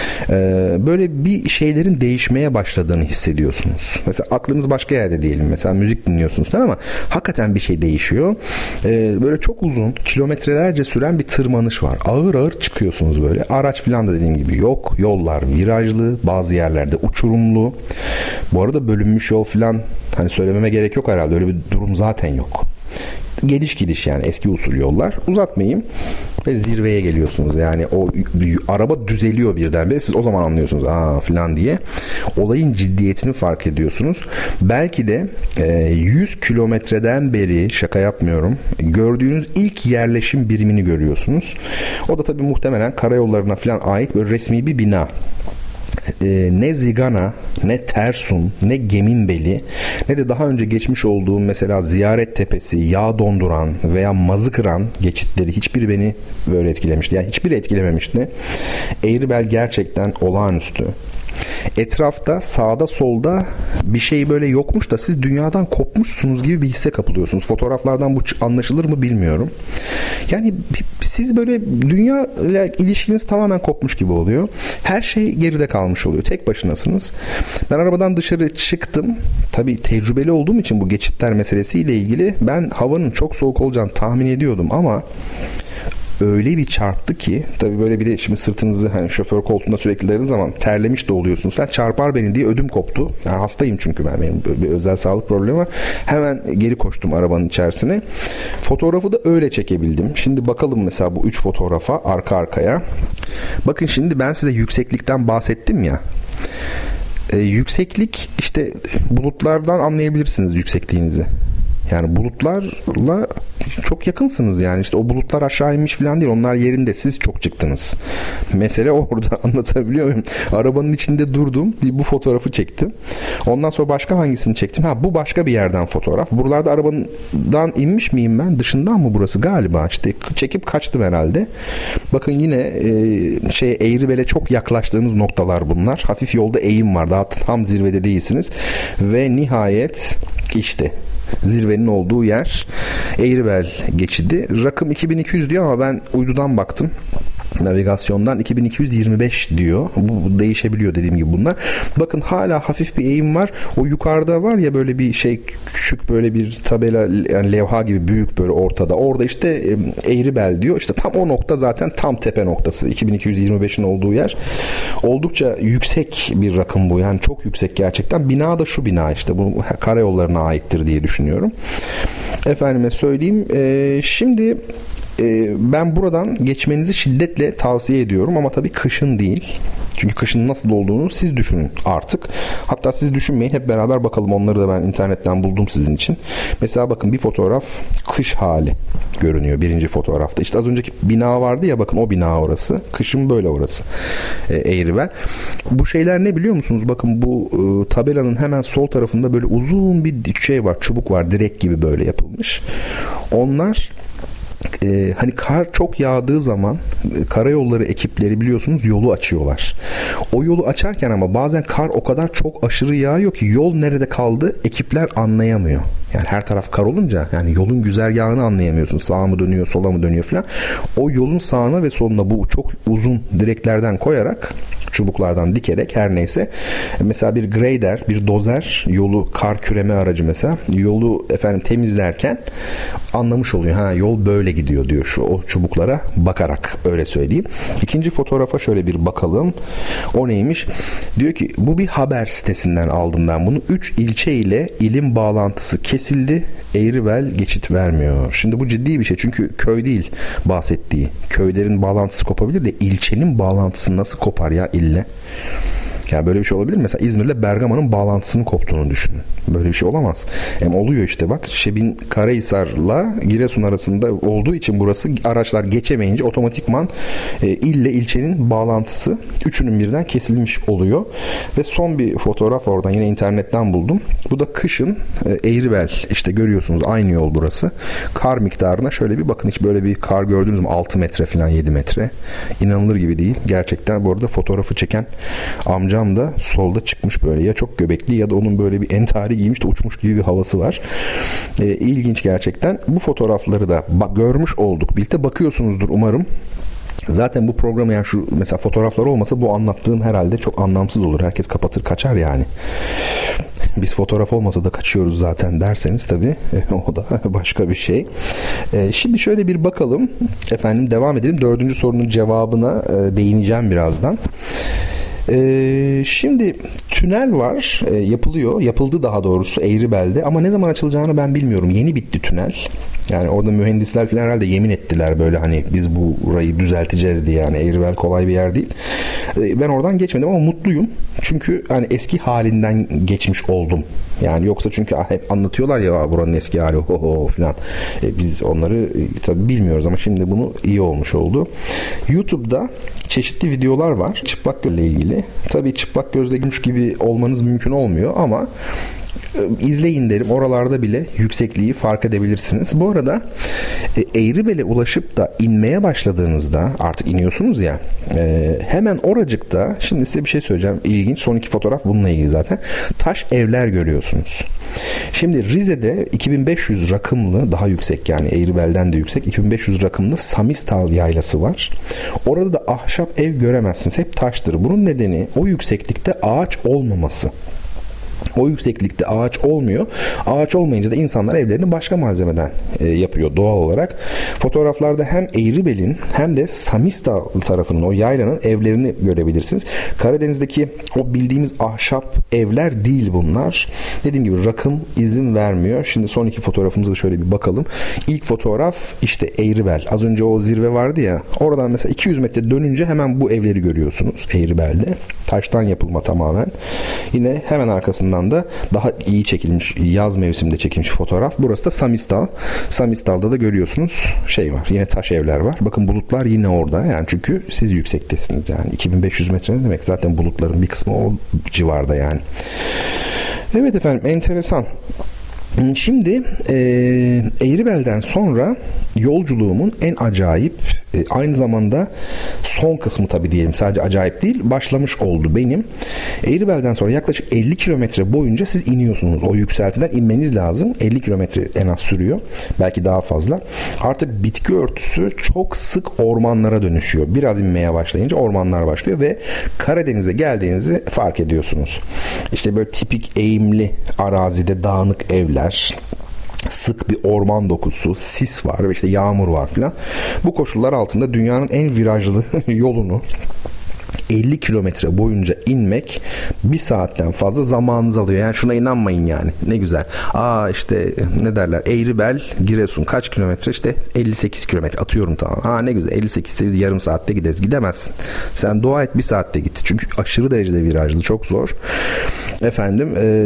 Ee, böyle bir şeylerin değişmeye başladığını hissediyorsunuz. Mesela aklınız başka yerde diyelim. Mesela müzik dinliyorsunuz falan ama hakikaten bir şey değişiyor. Ee, böyle çok uzun kilometrelerce süren bir tırmanış var. Ağır ağır çıkıyorsunuz böyle. Araç falan da dediğim gibi yok. Yollar virajlı. Bazı yerlerde uçurumlu. Bu arada bölünmüş yol falan hani söylememe gerek yok herhalde. Öyle bir durum zaten yok. Geliş gidiş yani eski usul yollar. Uzatmayayım ve zirveye geliyorsunuz. Yani o araba düzeliyor birdenbire. Siz o zaman anlıyorsunuz aa falan diye. Olayın ciddiyetini fark ediyorsunuz. Belki de e, yüz kilometreden beri şaka yapmıyorum. Gördüğünüz ilk yerleşim birimini görüyorsunuz. O da tabii muhtemelen karayollarına falan ait böyle resmi bir bina. Ee, ne Zigana, ne Tersun, ne Geminbeli, ne de daha önce geçmiş olduğum mesela Ziyaret Tepesi, Yağ Donduran veya Mazıkıran geçitleri hiçbiri beni böyle etkilemişti. Yani hiçbiri etkilememişti. Eğribel gerçekten olağanüstü. Etrafta sağda solda bir şey böyle yokmuş da siz dünyadan kopmuşsunuz gibi bir hisse kapılıyorsunuz. Fotoğraflardan bu anlaşılır mı bilmiyorum. Yani siz böyle dünya ile ilişkiniz tamamen kopmuş gibi oluyor. Her şey geride kalmış oluyor. Tek başınasınız. Ben arabadan dışarı çıktım. Tabii tecrübeli olduğum için bu geçitler meselesiyle ilgili ben havanın çok soğuk olacağını tahmin ediyordum ama öyle bir çarptı ki, tabii böyle bir de şimdi sırtınızı hani şoför koltuğunda sürekli dayadığınız zaman terlemiş de oluyorsunuz. Ben çarpar beni diye ödüm koptu. Yani hastayım çünkü ben, benim bir özel sağlık problemi var. Hemen geri koştum arabanın içerisine. Fotoğrafı da öyle çekebildim. Şimdi bakalım mesela bu üç fotoğrafa arka arkaya. Bakın şimdi ben size yükseklikten bahsettim ya. Ee, yükseklik işte bulutlardan anlayabilirsiniz yüksekliğinizi. Yani bulutlarla çok yakınsınız yani. İşte o bulutlar aşağı inmiş falan değil. Onlar yerinde. Siz çok çıktınız. Mesele orada. Anlatabiliyor muyum? Arabanın içinde durdum. Bir bu fotoğrafı çektim. Ondan sonra başka hangisini çektim? Ha, bu başka bir yerden fotoğraf. Buralarda arabadan inmiş miyim ben? Dışından mı burası? Galiba. İşte çekip kaçtım herhalde. Bakın yine e, şey Eğribel'e çok yaklaştığınız noktalar bunlar. Hafif yolda eğim var. Daha tam zirvede değilsiniz. Ve nihayet işte zirvenin olduğu yer Eğribel geçidi. Rakım iki bin iki yüz diyor ama ben uydudan baktım. Navigasyondan iki bin iki yüz yirmi beş diyor. Bu, bu değişebiliyor dediğim gibi bunlar. Bakın hala hafif bir eğim var. O yukarıda var ya böyle bir şey, küçük böyle bir tabela, yani levha gibi büyük böyle ortada. Orada işte e, Eğribel diyor. İşte tam o nokta zaten tam tepe noktası. iki bin iki yüz yirmi beşin olduğu yer. Oldukça yüksek bir rakım bu. Yani çok yüksek gerçekten. Bina da şu bina işte. Bu karayollarına aittir diye düşünüyorum. Efendime söyleyeyim. E, şimdi ben buradan geçmenizi şiddetle tavsiye ediyorum ama tabii kışın değil. Çünkü kışın nasıl olduğunu siz düşünün artık. Hatta siz düşünmeyin, hep beraber bakalım. Onları da ben internetten buldum sizin için. Mesela bakın bir fotoğraf kış hali görünüyor birinci fotoğrafta. İşte az önceki bina vardı ya, bakın o bina orası. Kışın böyle orası. E, Eğribel. Bu şeyler ne biliyor musunuz? Bakın bu e, tabelanın hemen sol tarafında böyle uzun bir şey var. Çubuk var. Direk gibi böyle yapılmış. Onlar Ee, hani kar çok yağdığı zaman e, karayolları ekipleri biliyorsunuz yolu açıyorlar. O yolu açarken ama bazen kar o kadar çok aşırı yağıyor ki yol nerede kaldı ekipler anlayamıyor. Yani her taraf kar olunca yani yolun güzergahını anlayamıyorsun. Sağa mı dönüyor, sola mı dönüyor falan. O yolun sağına ve soluna bu çok uzun direklerden koyarak, çubuklardan dikerek, her neyse. Mesela bir grader, bir dozer yolu, kar küreme aracı mesela yolu efendim temizlerken anlamış oluyor. Ha, yol böyle gidiyor diyor şu o çubuklara bakarak, öyle söyleyeyim. İkinci fotoğrafa şöyle bir bakalım. O neymiş? Diyor ki bu bir haber sitesinden aldım ben bunu. Üç ilçe ile ilin bağlantısı kesildi. Eğribel geçit vermiyor. Şimdi bu ciddi bir şey. Çünkü köy değil bahsettiği. Köylerin bağlantısı kopabilir de ilçenin bağlantısı nasıl kopar ya ille? Ya böyle bir şey olabilir mi? Mesela İzmir'le Bergama'nın bağlantısının koptuğunu düşünün. Böyle bir şey olamaz. Hem oluyor işte bak. Şebin Karahisar'la Giresun arasında olduğu için burası araçlar geçemeyince otomatikman e, ille ilçenin bağlantısı üçünün birden kesilmiş oluyor. Ve son bir fotoğraf oradan yine internetten buldum. Bu da kışın e, Eğribel. İşte görüyorsunuz aynı yol burası. Kar miktarına şöyle bir bakın. Hiç böyle bir kar gördünüz mü? altı metre falan, yedi metre. İnanılır gibi değil. Gerçekten bu arada fotoğrafı çeken amcam da solda çıkmış böyle. Ya çok göbekli ya da onun böyle bir entari giymiş de uçmuş gibi bir havası var. E, ilginç gerçekten. Bu fotoğrafları da bak, görmüş olduk. Birlikte bakıyorsunuzdur umarım. Zaten bu programı, yani şu mesela fotoğraflar olmasa bu anlattığım herhalde çok anlamsız olur. Herkes kapatır kaçar yani. Biz fotoğraf olmasa da kaçıyoruz zaten derseniz tabii o da başka bir şey. Ee, şimdi şöyle bir bakalım. Efendim devam edelim. Dördüncü sorunun cevabına e, değineceğim birazdan. Ee, şimdi tünel var, e, yapılıyor, yapıldı daha doğrusu Eğribel'de ama ne zaman açılacağını ben bilmiyorum. Yeni bitti tünel. Yani orada mühendisler falan herhalde yemin ettiler böyle hani biz bu burayı düzelteceğiz diye. Yani Eğribel kolay bir yer değil. Ee, ben oradan geçmedim ama mutluyum. Çünkü hani eski halinden geçmiş oldum. Yani yoksa çünkü hep anlatıyorlar ya buranın eski hali ho ho falan. E, biz onları e, tabii bilmiyoruz ama şimdi bunu iyi olmuş oldu. YouTube'da çeşitli videolar var çıplak gözle ilgili. Tabii çıplak gözle gümüş gibi olmanız mümkün olmuyor ama izleyin derim. Oralarda bile yüksekliği fark edebilirsiniz. Bu arada e, Eğribel'e ulaşıp da inmeye başladığınızda, artık iniyorsunuz ya, e, hemen oracıkta, şimdi size bir şey söyleyeceğim. İlginç. Son iki fotoğraf bununla ilgili zaten. Taş evler görüyorsunuz. Şimdi Rize'de iki bin beş yüz rakımlı, daha yüksek yani Eğribel'den de yüksek, iki bin beş yüz rakımlı Samistal yaylası var. Orada da ahşap ev göremezsiniz. Hep taştır. Bunun nedeni o yükseklikte ağaç olmaması. O yükseklikte ağaç olmuyor. Ağaç olmayınca da insanlar evlerini başka malzemeden e, yapıyor doğal olarak. Fotoğraflarda hem Eğribel'in hem de Samistal tarafının, o yaylanın evlerini görebilirsiniz. Karadeniz'deki o bildiğimiz ahşap evler değil bunlar. Dediğim gibi rakım izin vermiyor. Şimdi son iki fotoğrafımıza da şöyle bir bakalım. İlk fotoğraf işte Eğribel. Az önce o zirve vardı ya. Oradan mesela iki yüz metre dönünce hemen bu evleri görüyorsunuz Eğribel'de. Taştan yapılma tamamen. Yine hemen arkasından da daha iyi çekilmiş, yaz mevsiminde çekilmiş fotoğraf. Burası da Samistal. Samistal'da da görüyorsunuz şey var. Yine taş evler var. Bakın bulutlar yine orada. Yani çünkü siz yüksektesiniz yani. iki bin beş yüz metre ne demek? Zaten bulutların bir kısmı o civarda yani. Evet efendim, enteresan. Şimdi e, Eğribel'den sonra yolculuğumun en acayip, e, aynı zamanda son kısmı tabii diyelim, sadece acayip değil, başlamış oldu benim. Eğribel'den sonra yaklaşık elli kilometre boyunca siz iniyorsunuz. O yükseltiden inmeniz lazım. elli kilometre en az sürüyor. Belki daha fazla. Artık bitki örtüsü çok sık ormanlara dönüşüyor. Biraz inmeye başlayınca ormanlar başlıyor ve Karadeniz'e geldiğinizi fark ediyorsunuz. İşte böyle tipik eğimli arazide dağınık evler, sık bir orman dokusu, sis var ve işte yağmur var filan. Bu koşullar altında dünyanın en virajlı yolunu elli kilometre boyunca inmek bir saatten fazla zamanınız alıyor. Yani şuna inanmayın yani. Ne güzel. Aa işte ne derler? Eğribel, Giresun kaç kilometre? İşte elli sekiz kilometre. Atıyorum tamam. Aa ne güzel. elli sekiz biz yarım saatte gideriz. Gidemezsin. Sen dua et bir saatte git. Çünkü aşırı derecede virajlı. Çok zor. Efendim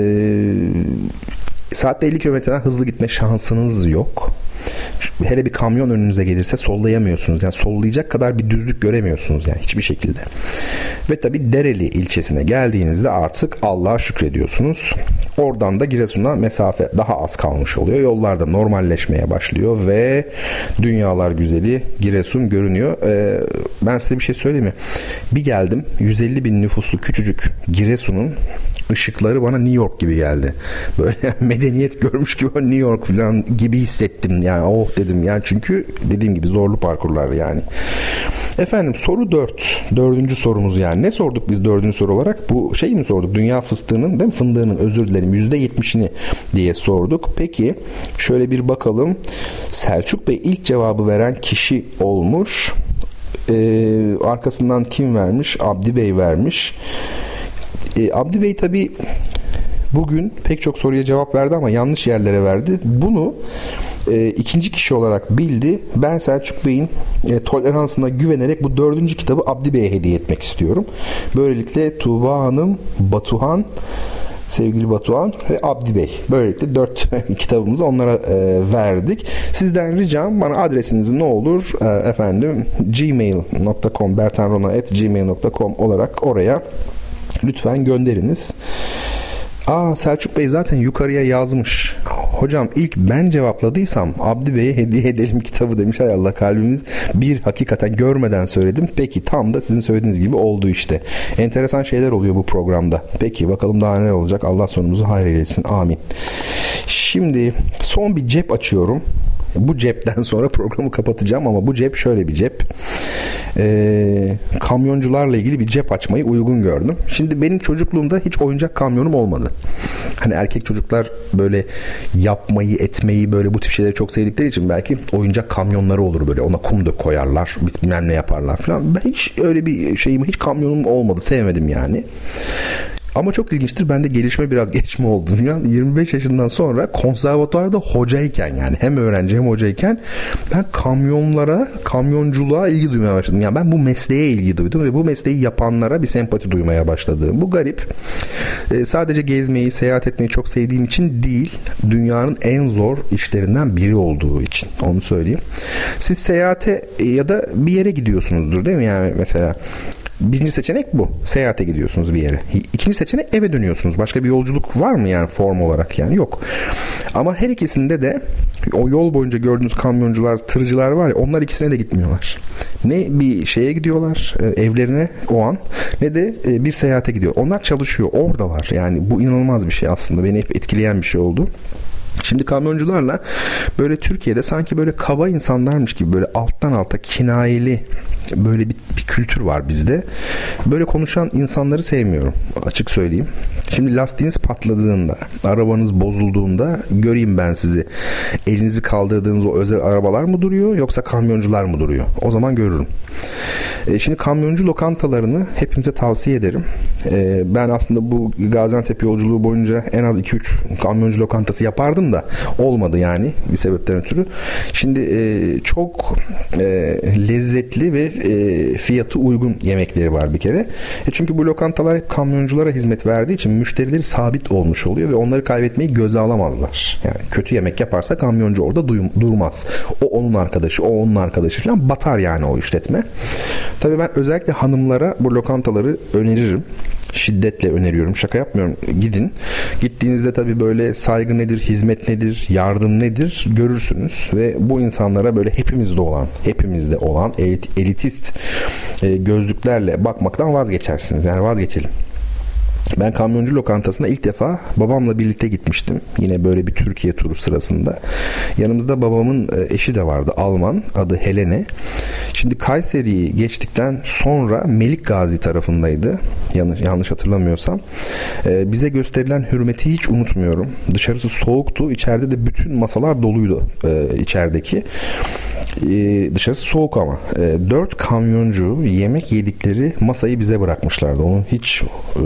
ee, saatte elli kilometreden hızlı gitme şansınız yok. Hele bir kamyon önünüze gelirse sollayamıyorsunuz. Yani sollayacak kadar bir düzlük göremiyorsunuz yani hiçbir şekilde. Ve tabii Dereli ilçesine geldiğinizde artık Allah'a şükrediyorsunuz. Oradan da Giresun'a mesafe daha az kalmış oluyor. Yollar da normalleşmeye başlıyor ve dünyalar güzeli Giresun görünüyor. Ee, ben size bir şey söyleyeyim mi? Bir geldim, yüz elli bin nüfuslu küçücük Giresun'un ışıkları bana New York gibi geldi. Böyle medeniyet görmüş gibi New York falan gibi hissettim. Yani oh dedim yani, çünkü dediğim gibi zorlu parkurlar yani. Efendim soru dört. Dördüncü sorumuz yani. Ne sorduk biz dördüncü soru olarak? Bu şey mi sorduk? Dünya fıstığının, değil mi? Fındığının, özür dilerim, yüzde yetmişini diye sorduk. Peki şöyle bir bakalım. Selçuk Bey ilk cevabı veren kişi olmuş. Ee, arkasından kim vermiş? Abdi Bey vermiş. Ee, Abdi Bey tabii bugün pek çok soruya cevap verdi ama yanlış yerlere verdi. Bunu e, ikinci kişi olarak bildi. Ben Selçuk Bey'in e, toleransına güvenerek bu dördüncü kitabı Abdi Bey'e hediye etmek istiyorum. Böylelikle Tuğba Hanım, Batuhan, sevgili Batuhan ve Abdi Bey. Böylelikle dört kitabımızı onlara e, verdik. Sizden ricam, bana adresinizi ne olur e, efendim gmail nokta com bertanrona at gmail nokta com olarak oraya lütfen gönderiniz. Aa, Selçuk Bey zaten yukarıya yazmış. Hocam ilk ben cevapladıysam Abdi Bey'e hediye edelim kitabı demiş. Hay Allah, kalbimiz bir, hakikaten görmeden söyledim. Peki tam da sizin söylediğiniz gibi oldu işte. Enteresan şeyler oluyor bu programda. Peki bakalım daha neler olacak. Allah sonumuzu hayır eylesin. Amin. Şimdi son bir cep açıyorum. Bu cepten sonra programı kapatacağım ama bu cep şöyle bir cep. Ee, kamyoncularla ilgili bir cep açmayı uygun gördüm. Şimdi benim çocukluğumda hiç oyuncak kamyonum olmadı. Hani erkek çocuklar böyle yapmayı, etmeyi, böyle bu tip şeyleri çok sevdikleri için belki oyuncak kamyonları olur böyle. Ona kum da koyarlar, bilmem ne yaparlar falan. Ben hiç öyle bir şeyim, hiç kamyonum olmadı. Sevmedim yani. Ama çok ilginçtir. Bende gelişme biraz geç mi oldu? Yani yirmi beş yaşından sonra konservatuvarda hocayken, yani hem öğrenci hem hocayken ben kamyonlara, kamyonculuğa ilgi duymaya başladım. Yani ben bu mesleğe ilgi duydum ve bu mesleği yapanlara bir sempati duymaya başladım. Bu garip. Ee, sadece gezmeyi, seyahat etmeyi çok sevdiğim için değil, dünyanın en zor işlerinden biri olduğu için. Onu söyleyeyim. Siz seyahate ya da bir yere gidiyorsunuzdur değil mi? Yani mesela Birinci seçenek bu. Seyahate gidiyorsunuz bir yere. İkinci seçenek eve dönüyorsunuz. Başka bir yolculuk var mı yani form olarak? Yani yok. Ama her ikisinde de o yol boyunca gördüğünüz kamyoncular, tırcılar var ya, onlar ikisine de gitmiyorlar. Ne bir şeye gidiyorlar, evlerine o an, ne de bir seyahate gidiyor. Onlar çalışıyor. Oradalar. Yani bu inanılmaz bir şey aslında. Beni hep etkileyen bir şey oldu. Şimdi kamyoncularla böyle Türkiye'de sanki böyle kaba insanlarmış gibi böyle alttan alta kinayeli böyle bir, bir kültür var bizde. Böyle konuşan insanları sevmiyorum, açık söyleyeyim. Şimdi lastiğiniz patladığında, arabanız bozulduğunda göreyim ben sizi. Elinizi kaldırdığınız o özel arabalar mı duruyor yoksa kamyoncular mı duruyor? O zaman görürüm. E şimdi kamyoncu lokantalarını hepinize tavsiye ederim. E, ben aslında bu Gaziantep yolculuğu boyunca en az iki üç kamyoncu lokantası yapardım da olmadı yani bir sebepten ötürü. Şimdi e, çok e, lezzetli ve e, fiyatı uygun yemekleri var bir kere. E çünkü bu lokantalar hep kamyonculara hizmet verdiği için müşterileri sabit olmuş oluyor ve onları kaybetmeyi göze alamazlar. Yani kötü yemek yaparsa kamyoncu orada duyum, durmaz. O onun arkadaşı, o onun arkadaşı falan, batar yani o işletme. Tabii ben özellikle hanımlara bu lokantaları öneririm. Şiddetle öneriyorum. Şaka yapmıyorum. Gidin. Gittiğinizde tabii böyle saygı nedir, hizmet nedir, yardım nedir görürsünüz ve bu insanlara böyle hepimizde olan, hepimizde olan elit, elitist e, gözlüklerle bakmaktan vazgeçersiniz. Yani vazgeçelim. Ben kamyoncu lokantasına ilk defa babamla birlikte gitmiştim. Yine böyle bir Türkiye turu sırasında. Yanımızda babamın eşi de vardı. Alman. Adı Helene. Şimdi Kayseri'yi geçtikten sonra Melikgazi tarafındaydı. Yanlış, yanlış hatırlamıyorsam. Ee, bize gösterilen hürmeti hiç unutmuyorum. Dışarısı soğuktu. İçeride de bütün masalar doluydu e, içerideki. Ee, dışarısı soğuk ama e, dört kamyoncu yemek yedikleri masayı bize bırakmışlardı. Onu hiç e,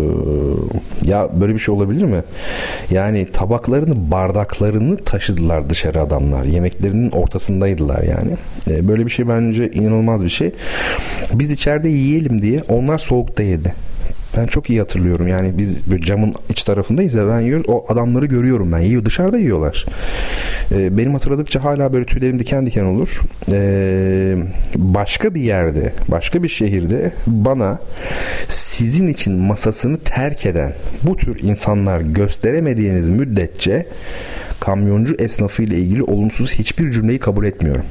ya böyle bir şey olabilir mi? Yani tabaklarını, bardaklarını taşıdılar dışarı adamlar. Yemeklerinin ortasındaydılar yani. E, böyle bir şey bence inanılmaz bir şey. Biz içeride yiyelim diye onlar soğukta yedi. Ben çok iyi hatırlıyorum. Yani biz böyle camın iç tarafındayız ya, ben yiyorum. O adamları görüyorum ben. Yiyor. Dışarıda yiyorlar. Ee, benim hatırladıkça hala böyle tüylerim diken diken olur. Ee, başka bir yerde, başka bir şehirde bana sizin için masasını terk eden bu tür insanlar gösteremediğiniz müddetçe kamyoncu esnafı ile ilgili olumsuz hiçbir cümleyi kabul etmiyorum.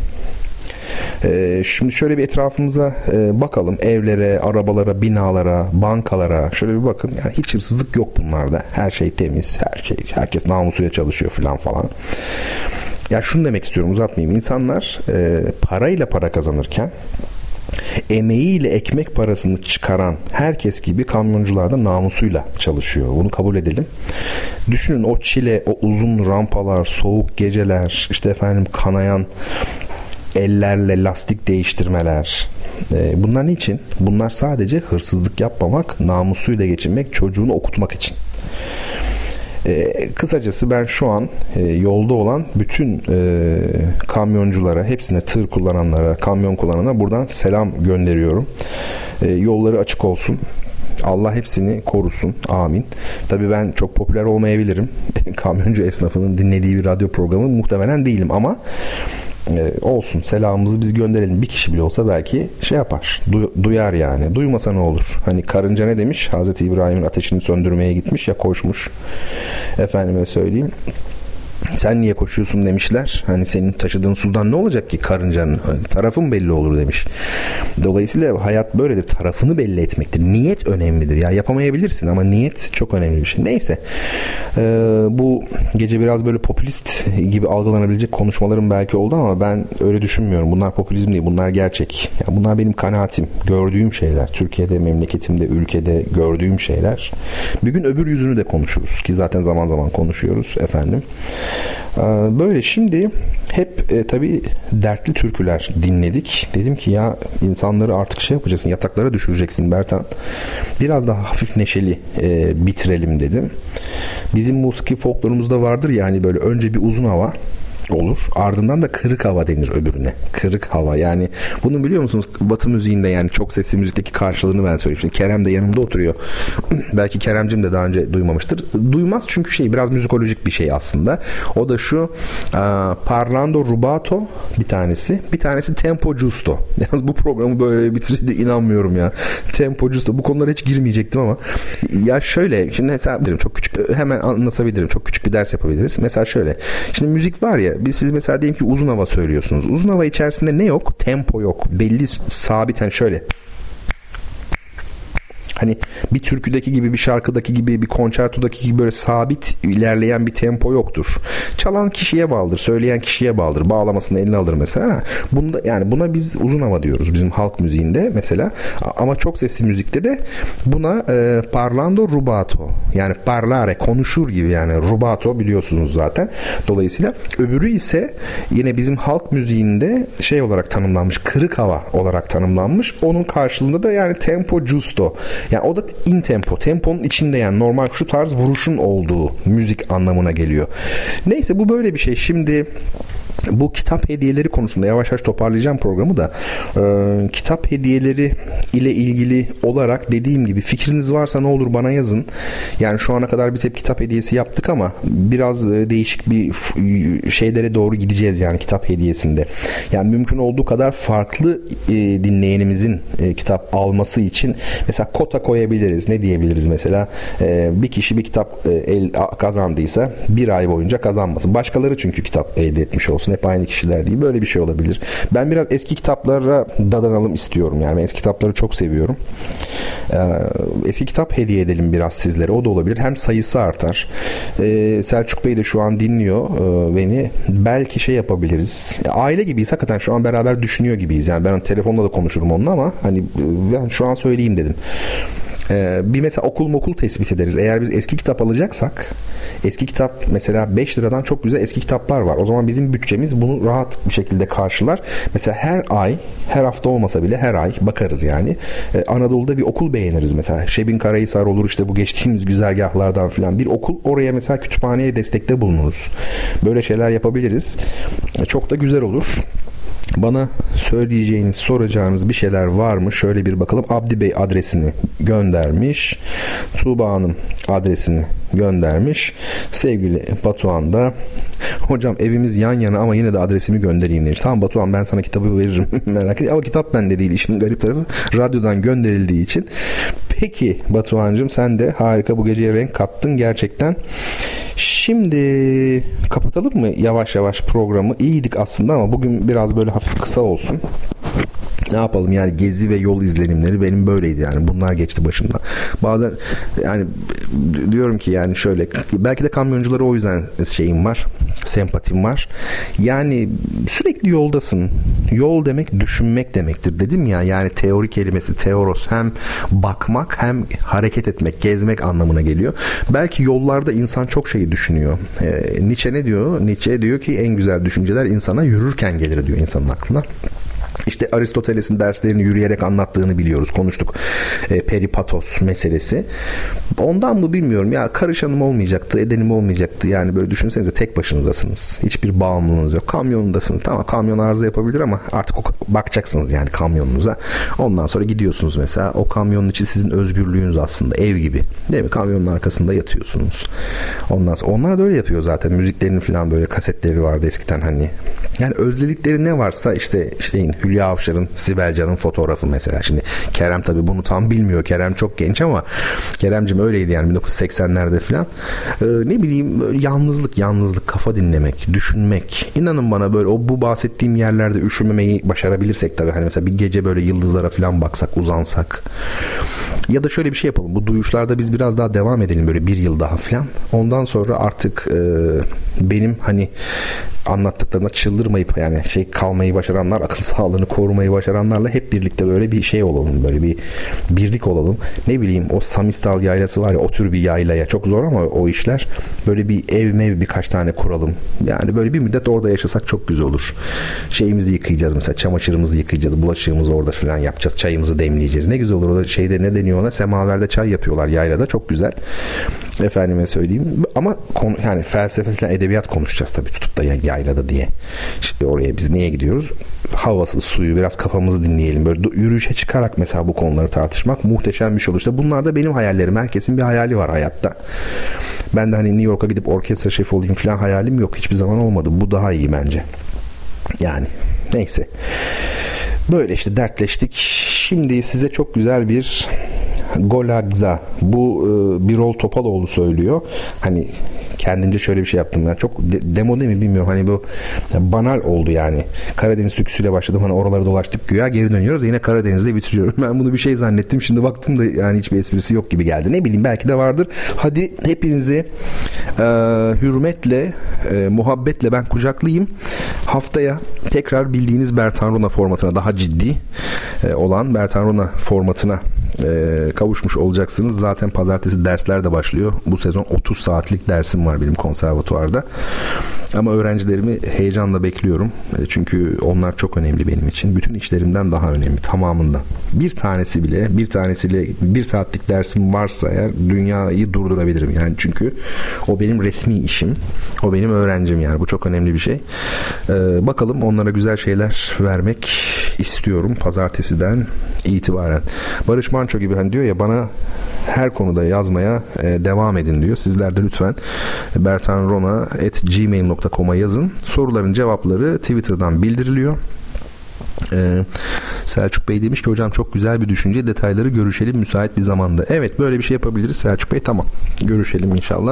Ee, şimdi şöyle bir etrafımıza e, bakalım. Evlere, arabalara, binalara, bankalara şöyle bir bakın. Yani hiç hırsızlık yok bunlarda. Her şey temiz. Her şey, herkes namusuyla çalışıyor falan falan. Ya şunu demek istiyorum, uzatmayayım. İnsanlar e, parayla para kazanırken emeğiyle ekmek parasını çıkaran herkes gibi kamyoncular da namusuyla çalışıyor. Bunu kabul edelim. Düşünün o çile, o uzun rampalar, soğuk geceler, işte efendim kanayan ellerle lastik değiştirmeler. E, bunlar niçin? Bunlar sadece hırsızlık yapmamak, namusuyla geçinmek, çocuğunu okutmak için. E, kısacası ben şu an e, yolda olan bütün e, kamyonculara, hepsine, tır kullananlara, kamyon kullananlara buradan selam gönderiyorum. E, yolları açık olsun. Allah hepsini korusun. Amin. Tabii ben çok popüler olmayabilirim. Kamyoncu esnafının dinlediği bir radyo programı muhtemelen değilim ama Ee, olsun, selamımızı biz gönderelim. Bir kişi bile olsa belki şey yapar, du- duyar yani. Duymasa ne olur? Hani karınca ne demiş? Hazreti İbrahim'in ateşini söndürmeye gitmiş ya, koşmuş. Efendime söyleyeyim, sen niye koşuyorsun demişler. Hani senin taşıdığın sudan ne olacak ki karıncanın? Hani tarafın belli olur demiş. Dolayısıyla hayat böyledir. Tarafını belli etmektir. Niyet önemlidir. Ya yapamayabilirsin ama niyet çok önemli bir şey. Neyse. Ee, bu gece biraz böyle popülist gibi algılanabilecek konuşmalarım belki oldu ama ben öyle düşünmüyorum. Bunlar popülizm değil. Bunlar gerçek. Yani bunlar benim kanaatim. Gördüğüm şeyler. Türkiye'de, memleketimde, ülkede gördüğüm şeyler. Bir gün öbür yüzünü de konuşuruz ki zaten zaman zaman konuşuyoruz efendim. Böyle şimdi hep e, tabii dertli türküler dinledik. Dedim ki ya insanları artık şey yapacaksın, yataklara düşüreceksin Bertan. Biraz daha hafif neşeli e, bitirelim dedim. Bizim musiki folklorumuzda vardır ya hani böyle önce bir uzun hava, olur. Ardından da kırık hava denir öbürüne. Kırık hava. Yani bunu biliyor musunuz? Batı müziğinde yani çok sesli müzikteki karşılığını ben söyleyeyim. Şimdi Kerem de yanımda oturuyor. Belki Keremcim de daha önce duymamıştır. Duymaz çünkü şey biraz müzikolojik bir şey aslında. O da şu parlando rubato bir tanesi. Bir tanesi tempo giusto. Yalnız bu programı böyle bitirdi inanmıyorum ya. Tempo giusto. Bu konulara hiç girmeyecektim ama ya şöyle şimdi mesela çok küçük hemen anlatabilirim. Çok küçük bir ders yapabiliriz. Mesela şöyle. Şimdi müzik var ya biz siz mesela diyelim ki uzun hava söylüyorsunuz. Uzun hava içerisinde ne yok? Tempo yok. Belli sabit hani şöyle. Hani bir türküdeki gibi bir şarkıdaki gibi bir konçertodaki gibi böyle sabit ilerleyen bir tempo yoktur. Çalan kişiye bağlıdır, söyleyen kişiye bağlıdır. Bağlamasını eline alır mesela. Bunda yani buna biz uzun hava diyoruz bizim halk müziğinde mesela. Ama çok sesli müzikte de buna e, parlando rubato yani parlare konuşur gibi yani rubato biliyorsunuz zaten. Dolayısıyla öbürü ise yine bizim halk müziğinde şey olarak tanımlanmış, kırık hava olarak tanımlanmış. Onun karşılığında da yani tempo giusto. Yani o da in tempo. Temponun içinde yani normal şu tarz vuruşun olduğu müzik anlamına geliyor. Neyse bu böyle bir şey. Şimdi bu kitap hediyeleri konusunda yavaş yavaş toparlayacağım programı da ee, kitap hediyeleri ile ilgili olarak dediğim gibi fikriniz varsa ne olur bana yazın. Yani şu ana kadar biz hep kitap hediyesi yaptık ama biraz değişik bir şeylere doğru gideceğiz yani kitap hediyesinde. Yani mümkün olduğu kadar farklı e, dinleyenimizin e, kitap alması için mesela kota koyabiliriz. Ne diyebiliriz mesela? E, bir kişi bir kitap e, el, kazandıysa bir ay boyunca kazanmasın. Başkaları çünkü kitap elde etmiş olsun. Hep aynı kişiler değil. Böyle bir şey olabilir. Ben biraz eski kitaplara dadanalım istiyorum. Yani ben eski kitapları çok seviyorum. Ee, eski kitap hediye edelim biraz sizlere. O da olabilir. Hem sayısı artar. Ee, Selçuk Bey de şu an dinliyor e, beni. Belki şey yapabiliriz. Aile gibiyiz. Hakikaten şu an beraber düşünüyor gibiyiz. Yani ben telefonla da konuşurum onunla ama hani ben şu an söyleyeyim dedim. Ee, bir mesela okul mokul tespit ederiz. Eğer biz eski kitap alacaksak eski kitap mesela beş liradan çok güzel eski kitaplar var. O zaman bizim bütçemiz bunu rahat bir şekilde karşılar. Mesela her ay her hafta olmasa bile her ay bakarız yani. Ee, Anadolu'da bir okul beğeniriz mesela. Şebin Karahisar olur işte bu geçtiğimiz güzergahlardan filan. Bir okul oraya mesela kütüphaneye destekte bulunuruz. Böyle şeyler yapabiliriz. Ee, çok da güzel olur. Bana söyleyeceğiniz, soracağınız bir şeyler var mı? Şöyle bir bakalım. Abdi Bey adresini göndermiş. Tuğba Hanım adresini göndermiş. Sevgili Batuhan da hocam evimiz yan yana ama yine de adresimi göndereyim demiş. Tamam Batuhan ben sana kitabı veririm. Merak etme. Ama kitap bende değil. İşin garip tarafı radyodan gönderildiği için. Peki Batuhan'cığım sen de harika bu geceye renk kattın gerçekten. Şimdi kapatalım mı yavaş yavaş programı? İyiydik aslında ama bugün biraz böyle hafif kısa olsun. Ne yapalım yani gezi ve yol izlenimleri benim böyleydi yani bunlar geçti başımdan. Bazen yani diyorum ki yani şöyle belki de kamyonculara o yüzden şeyim var, sempatim var. Yani sürekli yoldasın. Yol demek düşünmek demektir dedim ya yani teori kelimesi teoros hem bakmak hem hareket etmek, gezmek anlamına geliyor. Belki yollarda insan çok şeyi düşünüyor. Ee, Nietzsche ne diyor? Nietzsche diyor ki en güzel düşünceler insana yürürken gelir diyor insanın aklına. İşte Aristoteles'in derslerini yürüyerek anlattığını biliyoruz. Konuştuk. E, peripatos meselesi. Ondan mı bilmiyorum. Ya karışanım olmayacaktı, edenim olmayacaktı. Yani böyle düşünsenize tek başınızasınız. Hiçbir bağımlılığınız yok. Kamyonundasınız. Tamam kamyon arıza yapabilir ama artık o, bakacaksınız yani kamyonunuza. Ondan sonra gidiyorsunuz mesela. O kamyonun içi sizin özgürlüğünüz aslında. Ev gibi. Değil mi? Kamyonun arkasında yatıyorsunuz. Ondan sonra onlar da öyle yapıyor zaten. Müziklerinin falan böyle kasetleri vardı eskiden hani. Yani özledikleri ne varsa işte şeyin Hülya Avşar'ın, Sibel Can'ın fotoğrafı mesela. Şimdi Kerem tabii bunu tam bilmiyor. Kerem çok genç ama Keremcim öyleydi yani bin dokuz yüz seksenlerde falan. Ee, ne bileyim böyle yalnızlık, yalnızlık, kafa dinlemek, düşünmek. İnanın bana böyle o bu bahsettiğim yerlerde üşümemeyi başarabilirsek tabii hani mesela bir gece böyle yıldızlara falan baksak, uzansak. Ya da şöyle bir şey yapalım. Bu duyuşlarda biz biraz daha devam edelim böyle bir yıl daha falan. Ondan sonra artık e, benim hani anlattıklarına çıldırmayıp yani şey kalmayı başaranlar akıl sağlığı doğallığını korumayı başaranlarla hep birlikte böyle bir şey olalım. Böyle bir birlik olalım. Ne bileyim o Samistal yaylası var ya, o tür bir yaylaya. Çok zor ama o işler. Böyle bir ev mev birkaç tane kuralım. Yani böyle bir müddet orada yaşasak çok güzel olur. Şeyimizi yıkayacağız mesela. Çamaşırımızı yıkayacağız. Bulaşığımızı orada falan yapacağız. Çayımızı demleyeceğiz. Ne güzel olur. O şeyde ne deniyor ona? Semaverde çay yapıyorlar yaylada. Çok güzel. Efendime söyleyeyim. Ama konu, yani felsefe falan edebiyat konuşacağız tabii tutup da yaylada diye. İşte oraya biz niye gidiyoruz? Havası, suyu, biraz kafamızı dinleyelim. Böyle yürüyüşe çıkarak mesela bu konuları tartışmak muhteşem bir şey olur. İşte bunlar da benim hayallerim. Herkesin bir hayali var hayatta. Ben de hani New York'a gidip orkestra şefi olayım falan hayalim yok. Hiçbir zaman olmadı. Bu daha iyi bence. Yani neyse. Böyle işte dertleştik. Şimdi size çok güzel bir Golagza. Bu e, Birol Topaloğlu söylüyor. Hani kendimce şöyle bir şey yaptım. Yani çok de, demo değil mi bilmiyorum. Hani bu banal oldu yani. Karadeniz türküsüyle başladım. Hani oraları dolaştık güya geri dönüyoruz. Yine Karadeniz'de bitiriyorum. Ben bunu bir şey zannettim. Şimdi baktım da yani hiçbir esprisi yok gibi geldi. Ne bileyim belki de vardır. Hadi hepinizi e, hürmetle, e, muhabbetle ben kucaklayayım. Haftaya tekrar bildiğiniz Bertan Rona formatına, daha ciddi e, olan Bertan Rona formatına e, kavuşmuş olacaksınız. Zaten pazartesi dersler de başlıyor. Bu sezon otuz saatlik dersim var benim konservatuvarda. Ama öğrencilerimi heyecanla bekliyorum. Çünkü onlar çok önemli benim için. Bütün işlerimden daha önemli. Tamamından. Bir tanesi bile, bir tanesiyle bir saatlik dersim varsa eğer dünyayı durdurabilirim. Yani çünkü o benim resmi işim. O benim öğrencim yani. Bu çok önemli bir şey. Ee, bakalım onlara güzel şeyler vermek istiyorum pazartesiden itibaren. Barış Manço gibi hani diyor ya, bana her konuda yazmaya e, devam edin diyor. Sizler de lütfen bertanrona at gmail nokta com'a yazın. Soruların cevapları Twitter'dan bildiriliyor. Ee, Selçuk Bey demiş ki hocam çok güzel bir düşünce, detayları görüşelim müsait bir zamanda. Evet, böyle bir şey yapabiliriz Selçuk Bey, tamam, görüşelim inşallah.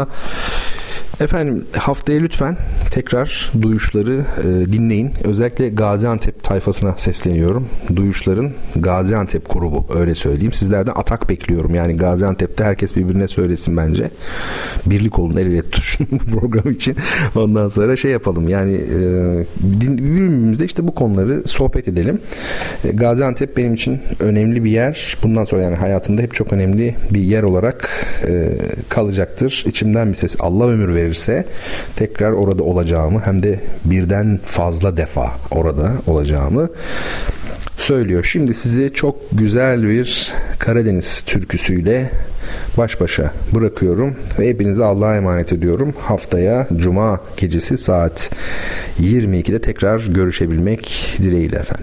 Efendim haftaya lütfen tekrar Duyuşları e, dinleyin. Özellikle Gaziantep tayfasına sesleniyorum. Duyuşların Gaziantep grubu, öyle söyleyeyim. Sizlerden atak bekliyorum. Yani Gaziantep'te herkes birbirine söylesin bence. Birlik olun, el ele tutuşun bu program için. Ondan sonra şey yapalım. Yani e, birbirimizle işte bu konuları sohbet edelim. E, Gaziantep benim için önemli bir yer. Bundan sonra yani hayatımda hep çok önemli bir yer olarak e, kalacaktır. İçimden bir ses, Allah ömür verirse tekrar orada olacağımı, hem de birden fazla defa orada olacağımı söylüyor. Şimdi sizi çok güzel bir Karadeniz türküsüyle baş başa bırakıyorum ve hepinizi Allah'a emanet ediyorum. Haftaya Cuma gecesi saat yirmi ikide tekrar görüşebilmek dileğiyle efendim.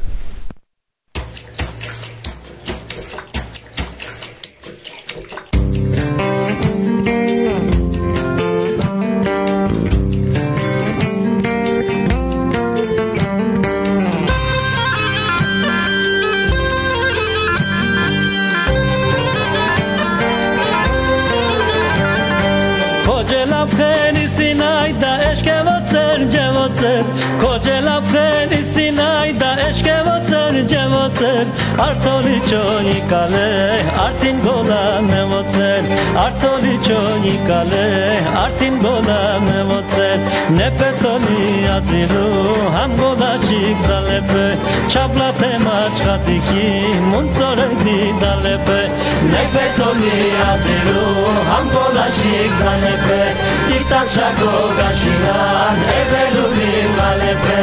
Artoli cioni cale, artin gola nemoțel. Artoli cioni cale, artin gola nemoțel. Nepetoni azilu, ham gola shik zalepe. Chaplate machkatiki, munțore di dalepe. Nepetoni azilu, ham gola shik zalepe. Diktak shago gashinan, eveluvim galepe.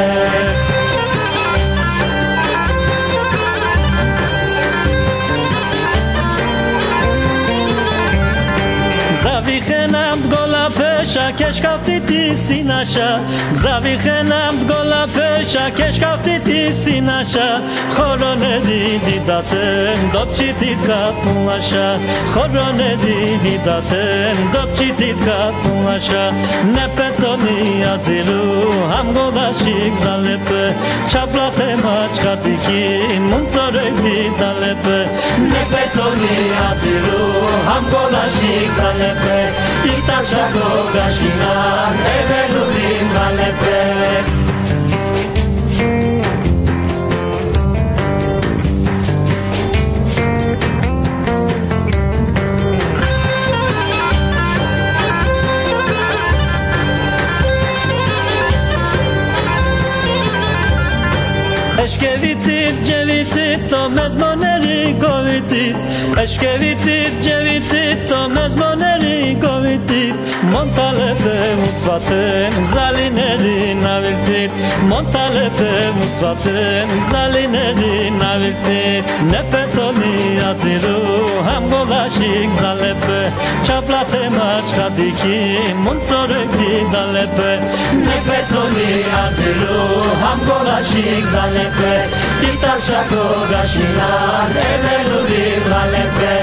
Zavichenam gola pesha keshkaftiti sinasha. Zavichenam gola pesha keshkaftiti sinasha. Khoronedi vidaten dopchitit kapulasha. Khoronedi vidaten dopchitit kapulasha. Nepetoni azilu ham gola shik zalepe. Chaplate machkatiki munțoredi dalepe. Nepetoni azilu ham gola shik zalepe. Diktat shago gashinan eveluvim galepe. Eşke Eşkevitit cevitit to mezmoneri govitit Eşkevitit cevitit to mezmoneri govitit Montalepe mutsvaten zalineri navirtit Montalepe mutsvaten zalineri navirtit Nepetoni aziru ham golaşik zalepe Çaplate maçkadiki muntzoreki dalepe Nepetoni aziru ham golaşik zalepe İktar şako gaşinan eveluri zalepe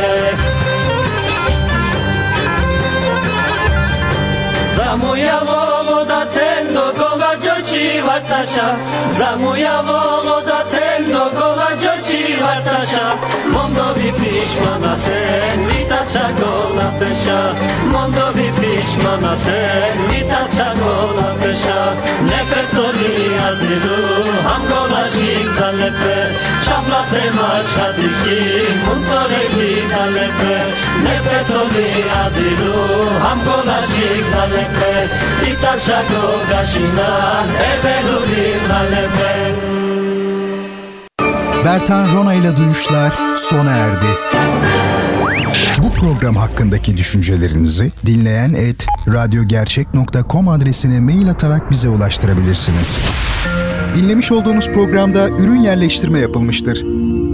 Zamuja voloda ten do gola džoči vartaša Zamuja voloda ten do gola džoči vartaša Mondovi pišmana ten vitača gola peša Mondovi pišmana ten vitača gola peša Nepetoni aziru ham gola šik zalepe Čaplate mačka diki muncoreki dalepe Nepetoni aziru ham gola šik zalepe İktar şako gaşinan eveluri zalepe Bertan Rona ile Duyuşlar sona erdi. Bu program hakkındaki düşüncelerinizi dinleyen et radyogercek nokta com adresine mail atarak bize ulaştırabilirsiniz. Dinlemiş olduğunuz programda ürün yerleştirme yapılmıştır.